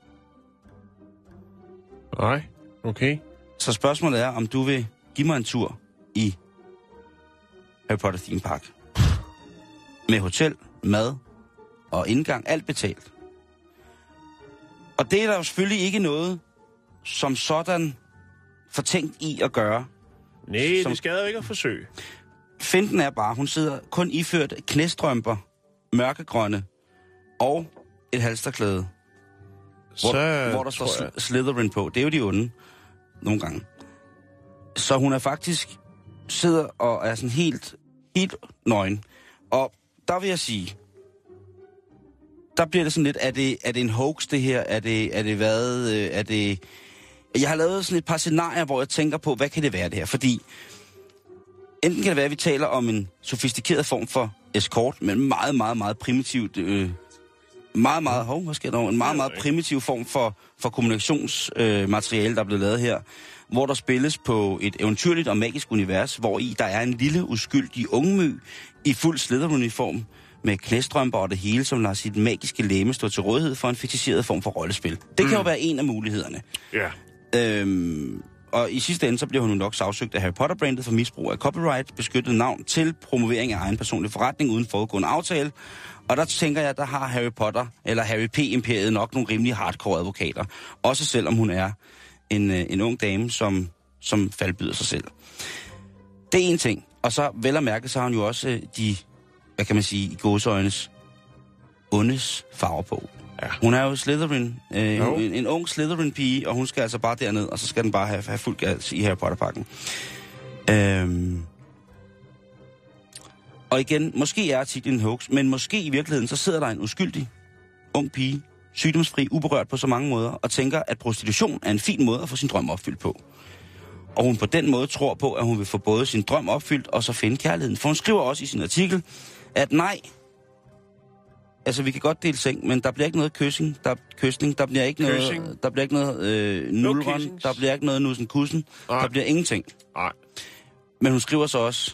Nej, okay. Så spørgsmålet er, om du vil give mig en tur i Harry Potter Theme Park. Med hotel, mad og indgang, alt betalt. Og det er der jo selvfølgelig ikke noget som sådan fortænkt i at gøre. Nej, det skader jo ikke at forsøge. Finten er bare, hun sidder kun iført knæstrømper, mørkegrønne og et halsterklæde, hvor der står Slytherin på. Det er jo de onde, nogle gange. Så hun er faktisk sidder og er sådan helt nøgen. Og der vil jeg sige, der bliver det sådan lidt, er det en hoax det her? Er det hvad? Er det... Jeg har lavet sådan et par scenarier, hvor jeg tænker på, hvad kan det være det her? Fordi enten kan det være, at vi taler om en sofistikeret form for escort, men meget, meget, meget primitivt... en meget, meget primitiv form for kommunikationsmateriale, der er blevet lavet her, hvor der spilles på et eventyrligt og magisk univers, hvor i der er en lille, uskyldig ungmø i fuld Slytherin-uniform med knæstrømper og det hele, som lader sit magiske legeme stå til rådighed for en fetiseret form for rollespil. Det kan jo være en af mulighederne. Ja. Og i sidste ende, så bliver hun jo nok sagsøgt af Harry Potter-brandet for misbrug af copyright, beskyttet navn til promovering af egen personlig forretning uden forudgående aftale. Og der tænker jeg, der har Harry Potter, eller Harry P-imperiet nok nogle rimelig hardcore advokater. Også selvom hun er en ung dame, som faldbyder sig selv. Det er en ting. Og så vel at mærke, så har hun jo også de, hvad kan man sige, i gåseøjnes ondes farver på. Ja. Hun er jo Slytherin, en ung Slytherin-pige, og hun skal altså bare derned, og så skal den bare have fuld gas i Harry Potter-pakken. Og igen, måske er artiklen en hoax, men måske i virkeligheden, så sidder der en uskyldig, ung pige, sygdomsfri, uberørt på så mange måder, og tænker, at prostitution er en fin måde at få sin drøm opfyldt på. Og hun på den måde tror på, at hun vil få både sin drøm opfyldt, og så finde kærligheden. For hun skriver også i sin artikel, at nej, altså vi kan godt dele seng, men der bliver ikke noget kysning, der bliver ikke noget nulrun, der bliver ikke noget nussen-kussen, der bliver ingenting. Nej. Men hun skriver så også,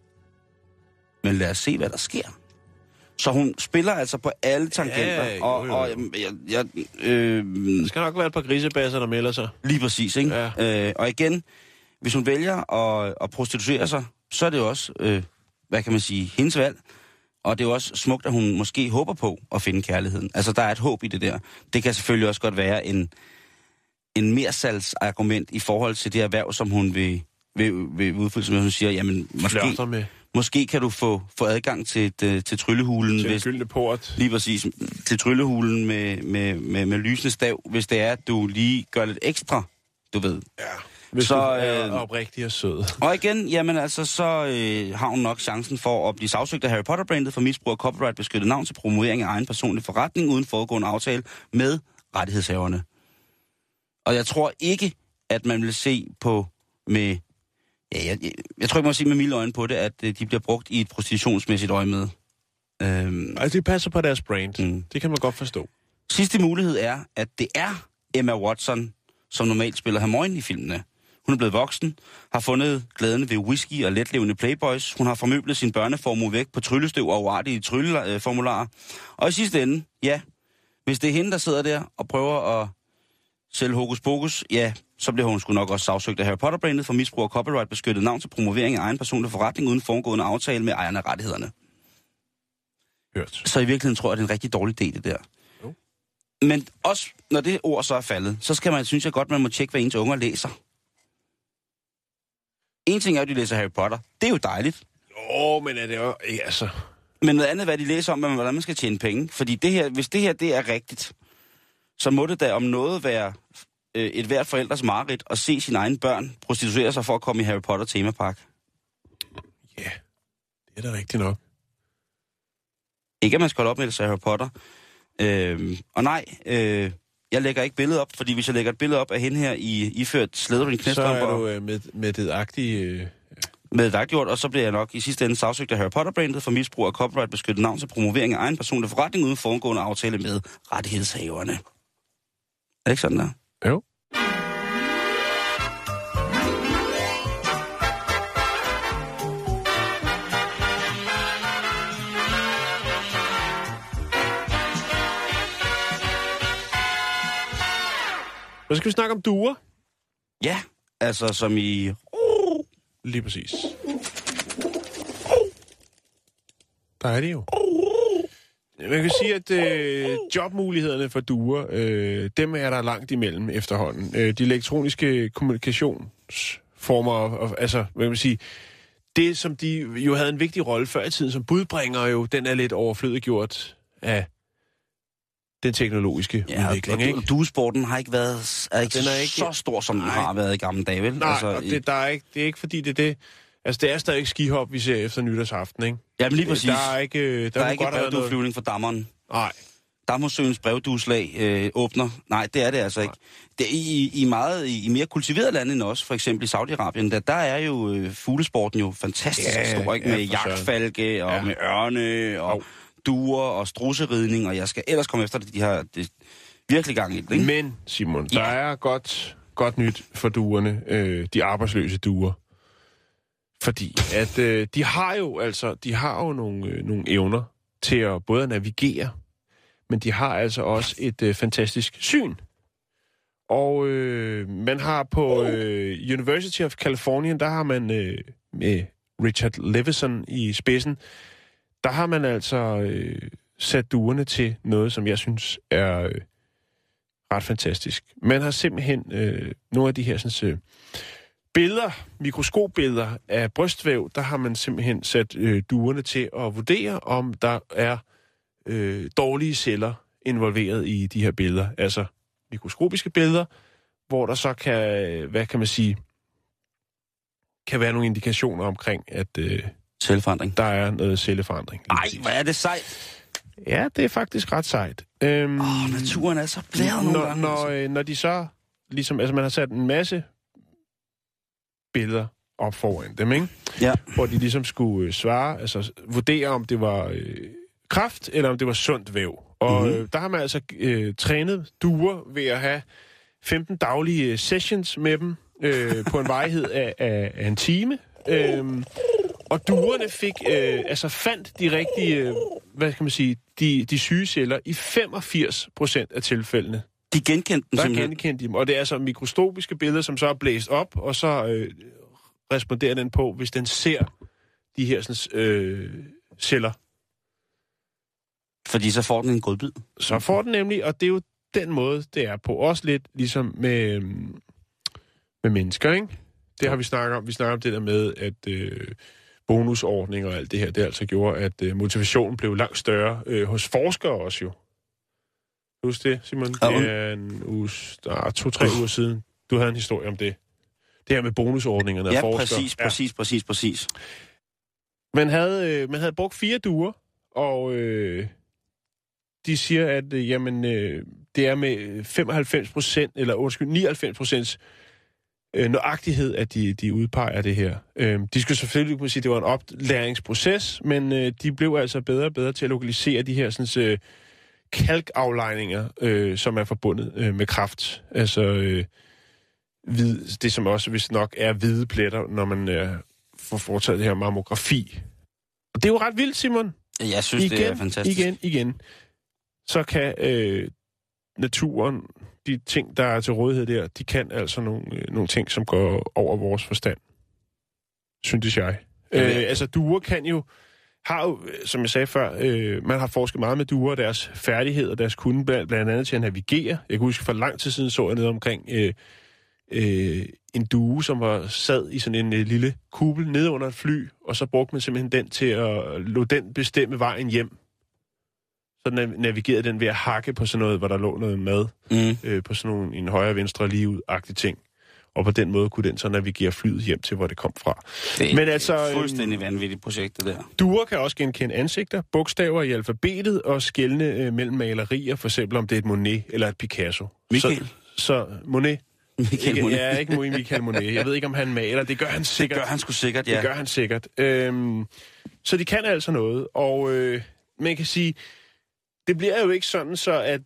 men lad os se, hvad der sker. Så hun spiller altså på alle tangenter. Ja, det skal nok være et par grisebasser, der melder sig. Lige præcis, ikke? Ja. Og igen, hvis hun vælger at prostituere sig, så er det jo også, hvad kan man sige, hendes valg. Og det er jo også smukt, at hun måske håber på at finde kærligheden. Altså, der er et håb i det der. Det kan selvfølgelig også godt være en mersalgsargument i forhold til det erhverv, som hun vil udfylde, som hun siger, jamen, måske kan du få adgang til tryllehulen. Til en gyldne port. Lige præcis. Til tryllehulen med lysende stav, hvis det er, at du lige gør lidt ekstra, du ved. Ja, hvis du er oprigtig og sød. Og igen, jamen altså, så har hun nok chancen for at blive sagsøgt af Harry Potter-brandet for misbrug af copyright-beskyttet navn til promovering af egen personlig forretning uden forudgående aftale med rettighedshaverne. Og jeg tror ikke, at man vil se på med... Ja, jeg tror ikke, man vil se med milde øjne på det, at de bliver brugt i et prostitutionsmæssigt øje med. Altså, de passer på deres brand. Det kan man godt forstå. Sidste mulighed er, at det er Emma Watson, som normalt spiller Hermione i filmene. Hun er blevet voksen, har fundet glæden ved whisky og letlevende playboys. Hun har formøblet sin børneformue væk på tryllestøv og uartige trylleformularer. Og i sidste ende, ja, hvis det er hende, der sidder der og prøver at sælge hokus pokus, ja, så bliver hun sgu nok også sagsøgt af Harry Potter-brandet for misbrug af copyright-beskyttet navn til promovering af egen personlig forretning uden foregående aftale med ejerne af rettighederne. Hørt. Så i virkeligheden tror jeg, det er en rigtig dårlig idé, det der. Jo. Men også, når det ord så er faldet, så skal man, synes jeg godt, man må tjekke, hvad ens unger læser. En ting er, at de læser Harry Potter. Det er jo dejligt. Men er det jo... Altså... Men noget andet, hvad de læser om, hvordan man skal tjene penge. Fordi det her, hvis det her det er rigtigt, så må det da om noget være et hvert forældres mareridt at se sine egne børn prostituere sig for at komme i Harry Potter temapark. Ja, det er da rigtigt nok. Ikke at man skal holde op med det, så Harry Potter. Og nej, jeg lægger ikke billedet op, fordi hvis jeg lægger et billede op af hende her iført Slytherin knæstrømper... Så er du med det agtige... Med det agtigt, og så bliver jeg nok i sidste ende sagsøgt af Harry Potter-brandet for misbrug af copyright-beskyttet navn til promovering af egen personlig forretning uden foregående aftale med rettighedshaverne. Er det ikke sådan der? Jo. Så skal vi snakke om duer. Ja, altså som i... Lige præcis. Der er de jo. Man kan sige, at jobmulighederne for duer, dem er der langt imellem efterhånden. De elektroniske kommunikationsformer, altså, hvad kan man sige, det som de jo havde en vigtig rolle før i tiden som budbringer jo, den er lidt overflødiggjort af den teknologiske udvikling, ikke? Duesporten har ikke været så stor, som den har været i gamle dage, vel? Nej, altså, det er ikke fordi det er det. Altså, det er stadig skihop, vi ser efter nytårsaften, ikke? Ja, men lige præcis. Der er ikke brevdueflyvning for dammeren. Nej. Dammersøens brevdueslag åbner. Nej, det er det altså ikke. Det er i mere kultiverede lande end os, for eksempel i Saudi-Arabien, der er jo fuglesporten jo fantastisk stor, ikke? Med jagtfalke og med ørne og duer og strudseridning, og jeg skal ellers komme efter det, de har det virkelig gang i det, ikke? Men, Simon, der er godt nyt for duerne, de arbejdsløse duer. Fordi at de har jo nogle evner til at både navigere, men de har altså også et fantastisk syn. Og man har på University of California, der har man med Richard Levison i spidsen, der har man altså sat duerne til noget, som jeg synes er ret fantastisk. Man har simpelthen nogle af de her sådan, billeder, mikroskopbilleder af brystvæv, der har man simpelthen sat duerne til at vurdere, om der er dårlige celler involveret i de her billeder. Altså mikroskopiske billeder, hvor der så kan være nogle indikationer omkring, at celleforandring. Der er noget celleforandring. Ej, hvor er det sejt. Ja, det er faktisk ret sejt. Naturen er så blæret nogle gange. Når de så ligesom, altså man har sat en masse billeder op foran dem, ikke? Ja. Hvor de ligesom skulle svare, altså vurdere, om det var kræft, eller om det var sundt væv. Og der har man altså trænet duer ved at have 15 daglige sessions med dem på en varighed af en time. Og duerne fandt de rigtige, hvad kan man sige, de syge celler i 85% af tilfældene. De genkendte dem simpelthen? Der genkendte de dem, og det er altså mikroskopiske billeder, som så er blæst op, og så responderer den på, hvis den ser de her celler. Fordi så får den en godbid? Så får den nemlig, og det er jo den måde, det er på. Også lidt ligesom med mennesker, ikke? Det har vi snakket om. Vi snakker om det der med, at bonusordninger og alt det her, det altså gjorde, at motivationen blev langt større hos forskere også jo. Husk det, Simon? Det er en uge, 2-3 uger siden. Du havde en historie om det. Det her med bonusordningerne af forskere. Præcis. Man havde brugt 4 duer, og de siger, at det er med 95% eller 99% nøjagtighed, at de udpeger det her. De skulle selvfølgelig kunne sige, at det var en oplæringsproces, men de blev altså bedre og bedre til at lokalisere de her sådan, kalkaflejninger, som er forbundet med kræft. Altså det, som også vist nok er hvide pletter, når man får foretaget det her mammografi. Og det er jo ret vildt, Simon. Jeg synes, det er fantastisk. Igen. Så kan naturen, de ting, der er til rådighed der, de kan altså nogle ting, som går over vores forstand. Synes jeg. Altså, duer har jo, som jeg sagde før, man har forsket meget med duer, deres færdighed og deres kunde, blandt andet til at navigere. Jeg kan huske, for lang tid siden så jeg noget omkring en due, som var sad i sådan en lille kuppel nede under et fly, og så brugte man simpelthen den til at lade den bestemme vejen hjem. Så navigerede den ved at hakke på sådan noget, hvor der lå noget mad, på sådan nogle, en højre-venstre lige ud-agtig ting. Og på den måde kunne den så navigere flyet hjem til, hvor det kom fra. Det er et fuldstændig vanvittigt projekt, det der. Duer kan også genkende ansigter, bogstaver i alfabetet og skelne mellem malerier, for eksempel om det er et Monet eller et Picasso. Michael? Så Monet. Michael Monet. Ja, ikke Michael Monet. Jeg ved ikke, om han maler. Det gør han sikkert. Det gør han sgu sikkert, ja. Det gør han sikkert. Så de kan altså noget. Og man kan sige, det bliver jo ikke sådan, så at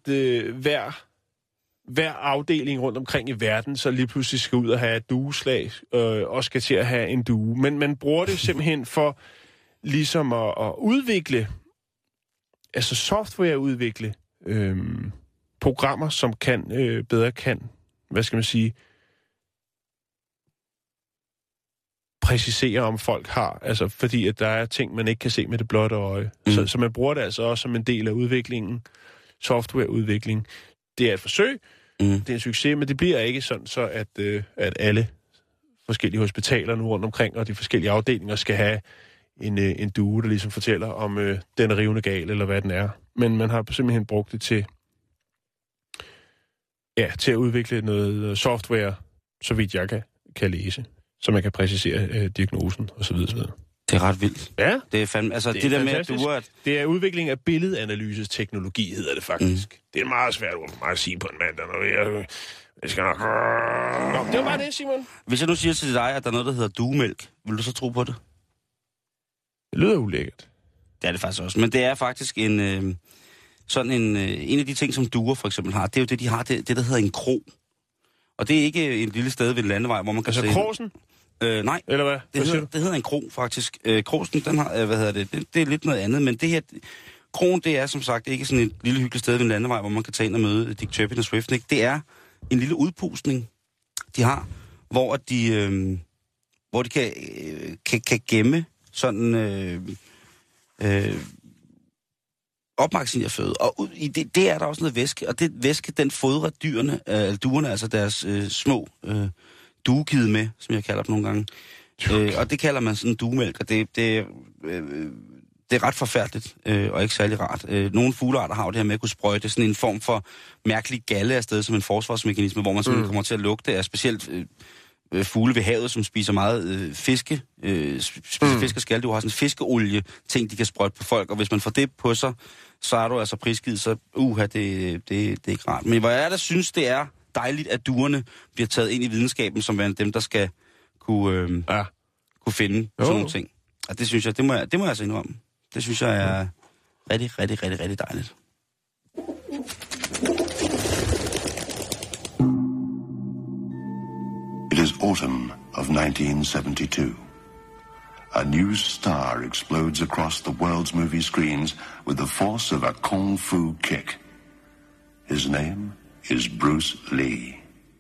hver afdeling rundt omkring i verden, så lige pludselig skal ud og have et dueslag, og skal til at have en due. Men man bruger det simpelthen for ligesom at udvikle, altså softwareudvikle programmer, som bedre kan, hvad skal man sige, præcisere, om folk har. Altså, fordi at der er ting, man ikke kan se med det blotte øje. Så man bruger det altså også som en del af udviklingen. Softwareudvikling. Det er et forsøg. Det er en succes, men det bliver ikke sådan, så at alle forskellige hospitaler nu rundt omkring, og de forskellige afdelinger skal have en due, der ligesom fortæller, om den er rivende gal, eller hvad den er. Men man har simpelthen brugt det til at udvikle noget software, så vidt jeg kan læse, så man kan præcisere diagnosen osv. Det er ret vildt. Ja. Det er fandme, altså det der med, at du er... Det er udvikling af billedanalyses-teknologi, hedder det faktisk. Det er meget svært for mig at sige på en mandag, når jeg skal nok... Nå, det var bare det, Simon. Hvis jeg nu siger til dig, at der er noget, der hedder duemælk, vil du så tro på det? Det lyder ulækkert. Det er det faktisk også. Men det er faktisk en af de ting, som duer for eksempel har. Det er jo det, de har, det der hedder en kro. Og det er ikke en lille sted ved en landevej, hvor man kan se... Altså krosen? Nej. Eller hvad? Det hedder en kro, faktisk. Krosen, den har... Det er lidt noget andet, men det her... Kroen, det er som sagt ikke sådan et lille hyggeligt sted ved en landevej, hvor man kan tage ind og møde Dick Turpin og Swiftnick. Det er en lille udpustning, de har, hvor de kan gemme sådan opmagasineret føde. Og i det er der også noget væske, og det væske, den fodrer duerne, altså deres små duekide med, som jeg kalder dem nogle gange. Og det kalder man sådan duemælk, og det er ret forfærdeligt, og ikke særlig rart. Nogle fuglearter har jo det her med at kunne sprøjte sådan en form for mærkelig galle afsted som en forsvarsmekanisme, hvor man sådan kommer til at lugte af specielt fugle ved havet, som spiser meget fiske. Fisk og skal. Du har sådan en fiskeolie ting, de kan sprøjte på folk, og hvis man får det på sig, så er du altså prisgivet, så det er ikke rart. Men hvor jeg synes, det er dejligt, at duerne bliver taget ind i videnskaben, som er dem, der skal kunne finde sådan nogle ting. Og det synes jeg, det må jeg altså indrømme. Det synes jeg er rigtig, rigtig, rigtig, rigtig dejligt. It is autumn of 1972. A new star explodes across the world's movie screens with the force of a kung fu kick. His name is Bruce Lee.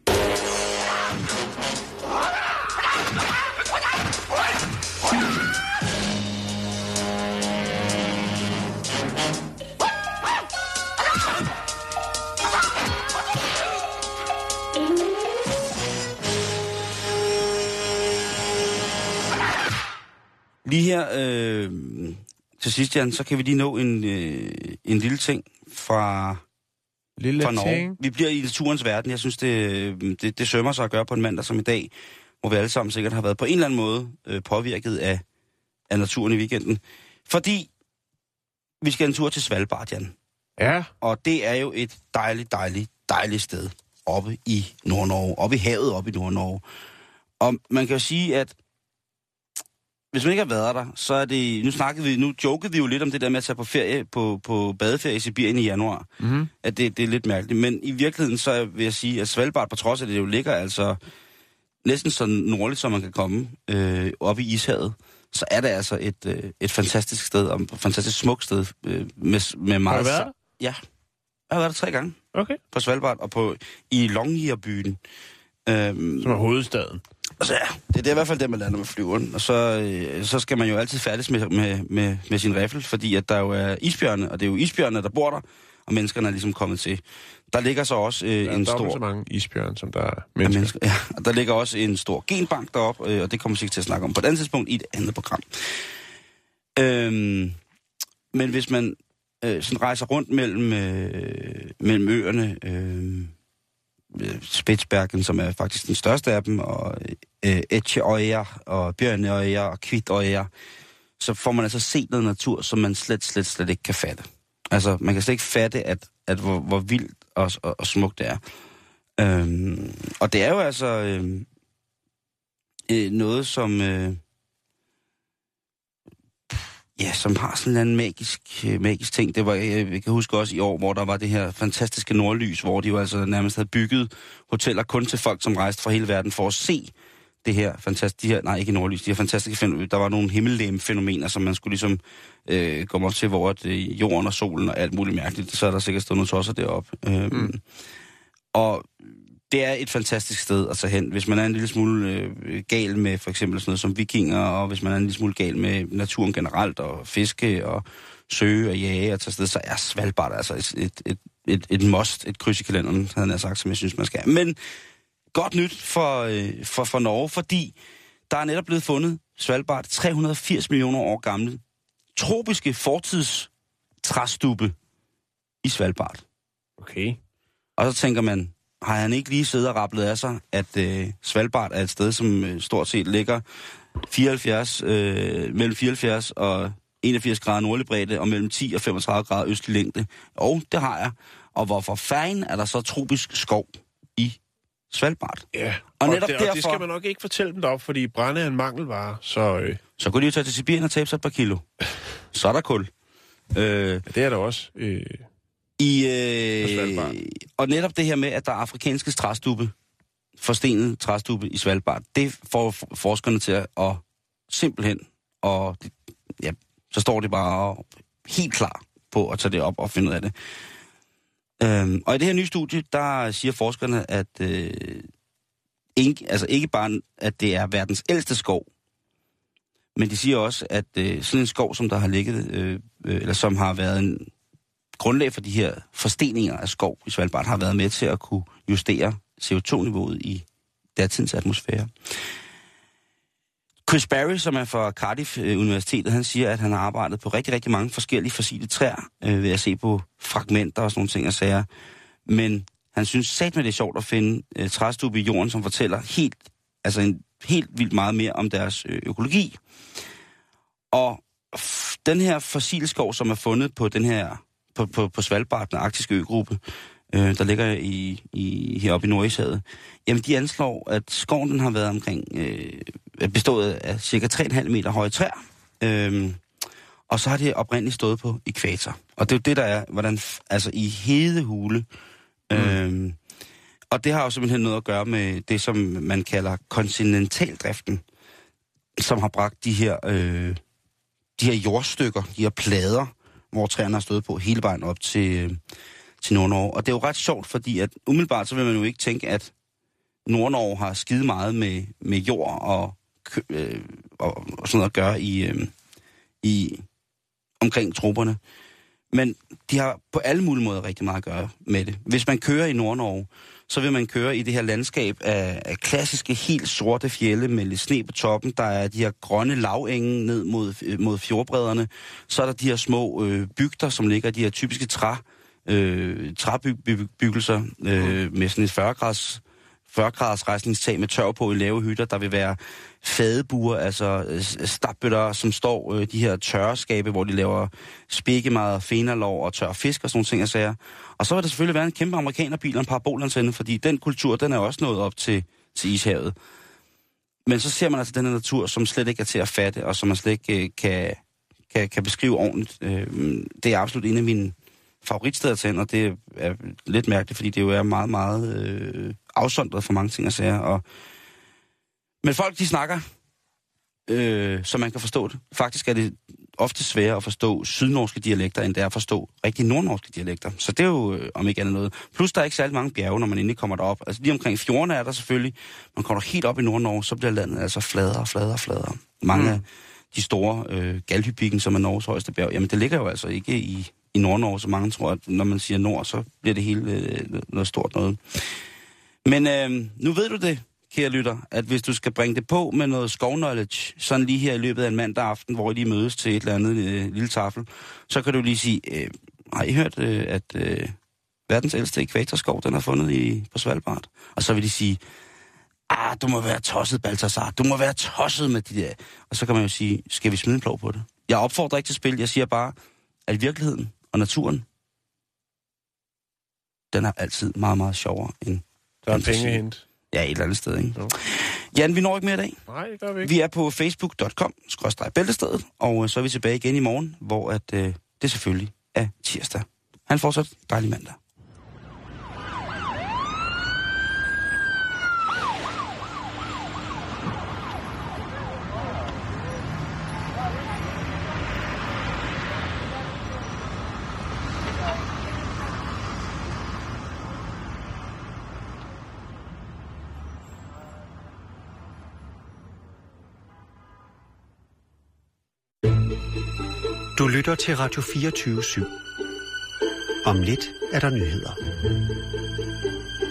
Lige her til sidst, Jan, så kan vi lige nå en lille ting fra Norge. Ting. Vi bliver i naturens verden. Jeg synes, det sømmer sig at gøre på en mandag som i dag, hvor vi alle sammen sikkert har været på en eller anden måde påvirket af naturen i weekenden. Fordi vi skal en tur til Svalbard, Jan. Ja. Og det er jo et dejligt sted oppe i Nord-Norge. Oppe i havet oppe i Nord-Norge. Og man kan jo sige, at hvis man ikke har været der, så er det... Nu jokede vi jo lidt om det der med at tage på ferie, på badeferie i Sibirien i januar. Mm-hmm. At det er lidt mærkeligt. Men i virkeligheden, så vil jeg sige, at Svalbard, på trods af det jo ligger altså næsten så nordligt, som man kan komme, oppe i Ishavet, så er det altså et fantastisk sted, og et fantastisk smukt sted. Med meget... Har du været der? Ja. Jeg har været der 3 gange. Okay. På Svalbard og i Longyearbyen. Som er hovedstaden. Altså ja, det er i hvert fald det, man lander med flyveren. Og så skal man jo altid færdes med sin riffel, fordi at der jo er isbjørne, og det er jo isbjørne, der bor der, og menneskerne er ligesom kommet til. Der ligger så også en stor... Der er så mange isbjørne, som der er mennesker. Ja, og der ligger også en stor genbank deroppe, og det kommer sikkert til at snakke om på et andet tidspunkt i et andet program. Men hvis man sådan rejser rundt mellem øerne... Spitsbergen, som er faktisk den største af dem, og Etcheøyer, og Bjørneøyer, og Kvitøyer, så får man altså set noget natur, som man slet ikke kan fatte. Altså, man kan slet ikke fatte, at hvor vildt og smukt det er. Og det er jo altså noget, som... som har sådan en anden magisk ting. Det var, jeg kan huske også i år, hvor der var det her fantastiske nordlys, hvor de jo altså nærmest havde bygget hoteller kun til folk, som rejste fra hele verden for at se det her fantastiske... ikke nordlys, de her fantastiske fænomener. Der var nogle himmellegeme-fænomener, som man skulle ligesom komme op til, hvor at, jorden og solen og alt muligt mærkeligt, så er der sikkert stået nogle tosser deroppe. Og Det er et fantastisk sted at tage hen, hvis man er en lille smule gal med for eksempel sådan noget som vikinger, og hvis man er en lille smule gal med naturen generelt, og fiske, og søge og jage og tage sted, så er Svalbard altså et must, et kryds i kalenderen, havde jeg sagt, som jeg synes, man skal. Men godt nyt for Norge, fordi der er netop blevet fundet Svalbard 380 millioner år gamle tropiske fortidstræstubbe i Svalbard. Okay. Og så tænker man, har han ikke lige siddet og rapplet af sig, at Svalbard er et sted, som stort set ligger mellem 74 og 81 grader nordlig bredde, og mellem 10 og 35 grader østlig længde. Og det har jeg. Og hvorfor fanden er der så tropisk skov i Svalbard? Ja, og netop derfor, det skal man nok ikke fortælle dem derop, fordi brænde er en mangelvare, så... Så kunne de jo tage til Sibirien og tabe sig et par kilo. Så er der kul. Ja, det er der også. Og netop det her med, at der er afrikanske træstubbe, forstenet træstubbe i Svalbard, det får forskerne til at simpelthen, og ja, så står de bare helt klar på at tage det op og finde ud af det. Og i det her nye studie, der siger forskerne, at ikke bare, at det er verdens ældste skov, men de siger også, at sådan en skov, som der har ligget, eller som har været en grundlag for de her forsteninger af skov i Svalbard, har været med til at kunne justere CO2-niveauet i datidens atmosfære. Chris Barry, som er fra Cardiff Universitetet, han siger, at han har arbejdet på rigtig, rigtig mange forskellige fossile træer, ved at se på fragmenter og sådan nogle ting og sager. Men han synes satme, det er sjovt at finde træstubbe i jorden, som fortæller helt vildt meget mere om deres økologi. Og den her fossilskov, som er fundet på den her på Svalbard, den arktiske øgruppe, der ligger heroppe i Nordishavet, jamen de anslår, at skoven den har været omkring bestået af cirka 3,5 meter høje træer, og så har det oprindeligt stået på ækvator. Og det er jo det, der er, hvordan, altså i hedehule. Og det har jo simpelthen noget at gøre med det, som man kalder kontinentaldriften, som har bragt de her jordstykker, de her plader, hvor træerne har stået på hele vejen op til Nord-Norge. Og det er jo ret sjovt, fordi at umiddelbart så vil man jo ikke tænke, at Nord-Norge har skide meget med jord og sådan noget at gøre i omkring troberne. Men de har på alle mulige måder rigtig meget at gøre med det. Hvis man kører i Nord-Norge, så vil man køre i det her landskab af klassiske, helt sorte fjelde med lidt sne på toppen. Der er de her grønne lavenge ned mod fjordbredderne. Så er der de her små bygder, som ligger de her typiske træbyggelser med sådan et 40 graders rejsningstag med tørv på i lave hytter. Der vil være fadebuer, altså stapbøtter, som står de her tørreskabe, hvor de laver spækkemadder, fenerlov og tør fisk og sådan nogle ting og sager. Og så vil der selvfølgelig være en kæmpe amerikanerbil og en parabolantenne, fordi den kultur, den er også nået op til ishavet. Men så ser man altså den her natur, som slet ikke er til at fatte, og som man slet ikke kan beskrive ordentligt. Det er absolut en af mine favoritsteder til hen, og det er lidt mærkeligt, fordi det jo er meget, meget afsondret for mange ting og sager. Men folk, de snakker, så man kan forstå det. Faktisk er det ofte sværere at forstå sydnorske dialekter, end det er at forstå rigtig nordnorske dialekter. Så det er jo, om ikke andet noget. Plus, der er ikke særlig mange bjerge, når man endelig kommer derop. Altså lige omkring fjordene er der selvfølgelig. Man kommer helt op i Nord-Norge, så bliver landet altså fladere og fladere og fladere. Mange af de store Galdhøpiggen, som er Norges højeste bjerg, jamen det ligger jo altså ikke i Nord-Norge, så mange tror, at når man siger nord, så bliver det hele noget stort noget. Men nu ved du det, kære lytter, at hvis du skal bringe det på med noget skovknowledge, sådan lige her i løbet af en mandag aften, hvor I lige mødes til et eller andet lille tafel, så kan du lige sige, har I hørt, at verdens ældste ekvatorskov, den er fundet på Svalbard? Og så vil de sige, du må være tosset, Balthasar, du må være tosset med de der. Og så kan man jo sige, skal vi smide en plov på det? Jeg opfordrer ikke til spil, jeg siger bare, at virkeligheden og naturen, den er altid meget, meget sjovere end... Der er penge hent. Ja, et eller andet sted, ikke? No. Jan, vi når ikke mere i dag. Nej, det gør vi ikke. Vi er på facebook.com/bæltestedet, og så er vi tilbage igen i morgen, hvor det selvfølgelig er tirsdag. Han fortsat dejlig mandag. Du lytter til Radio 24/7. Om lidt er der nyheder.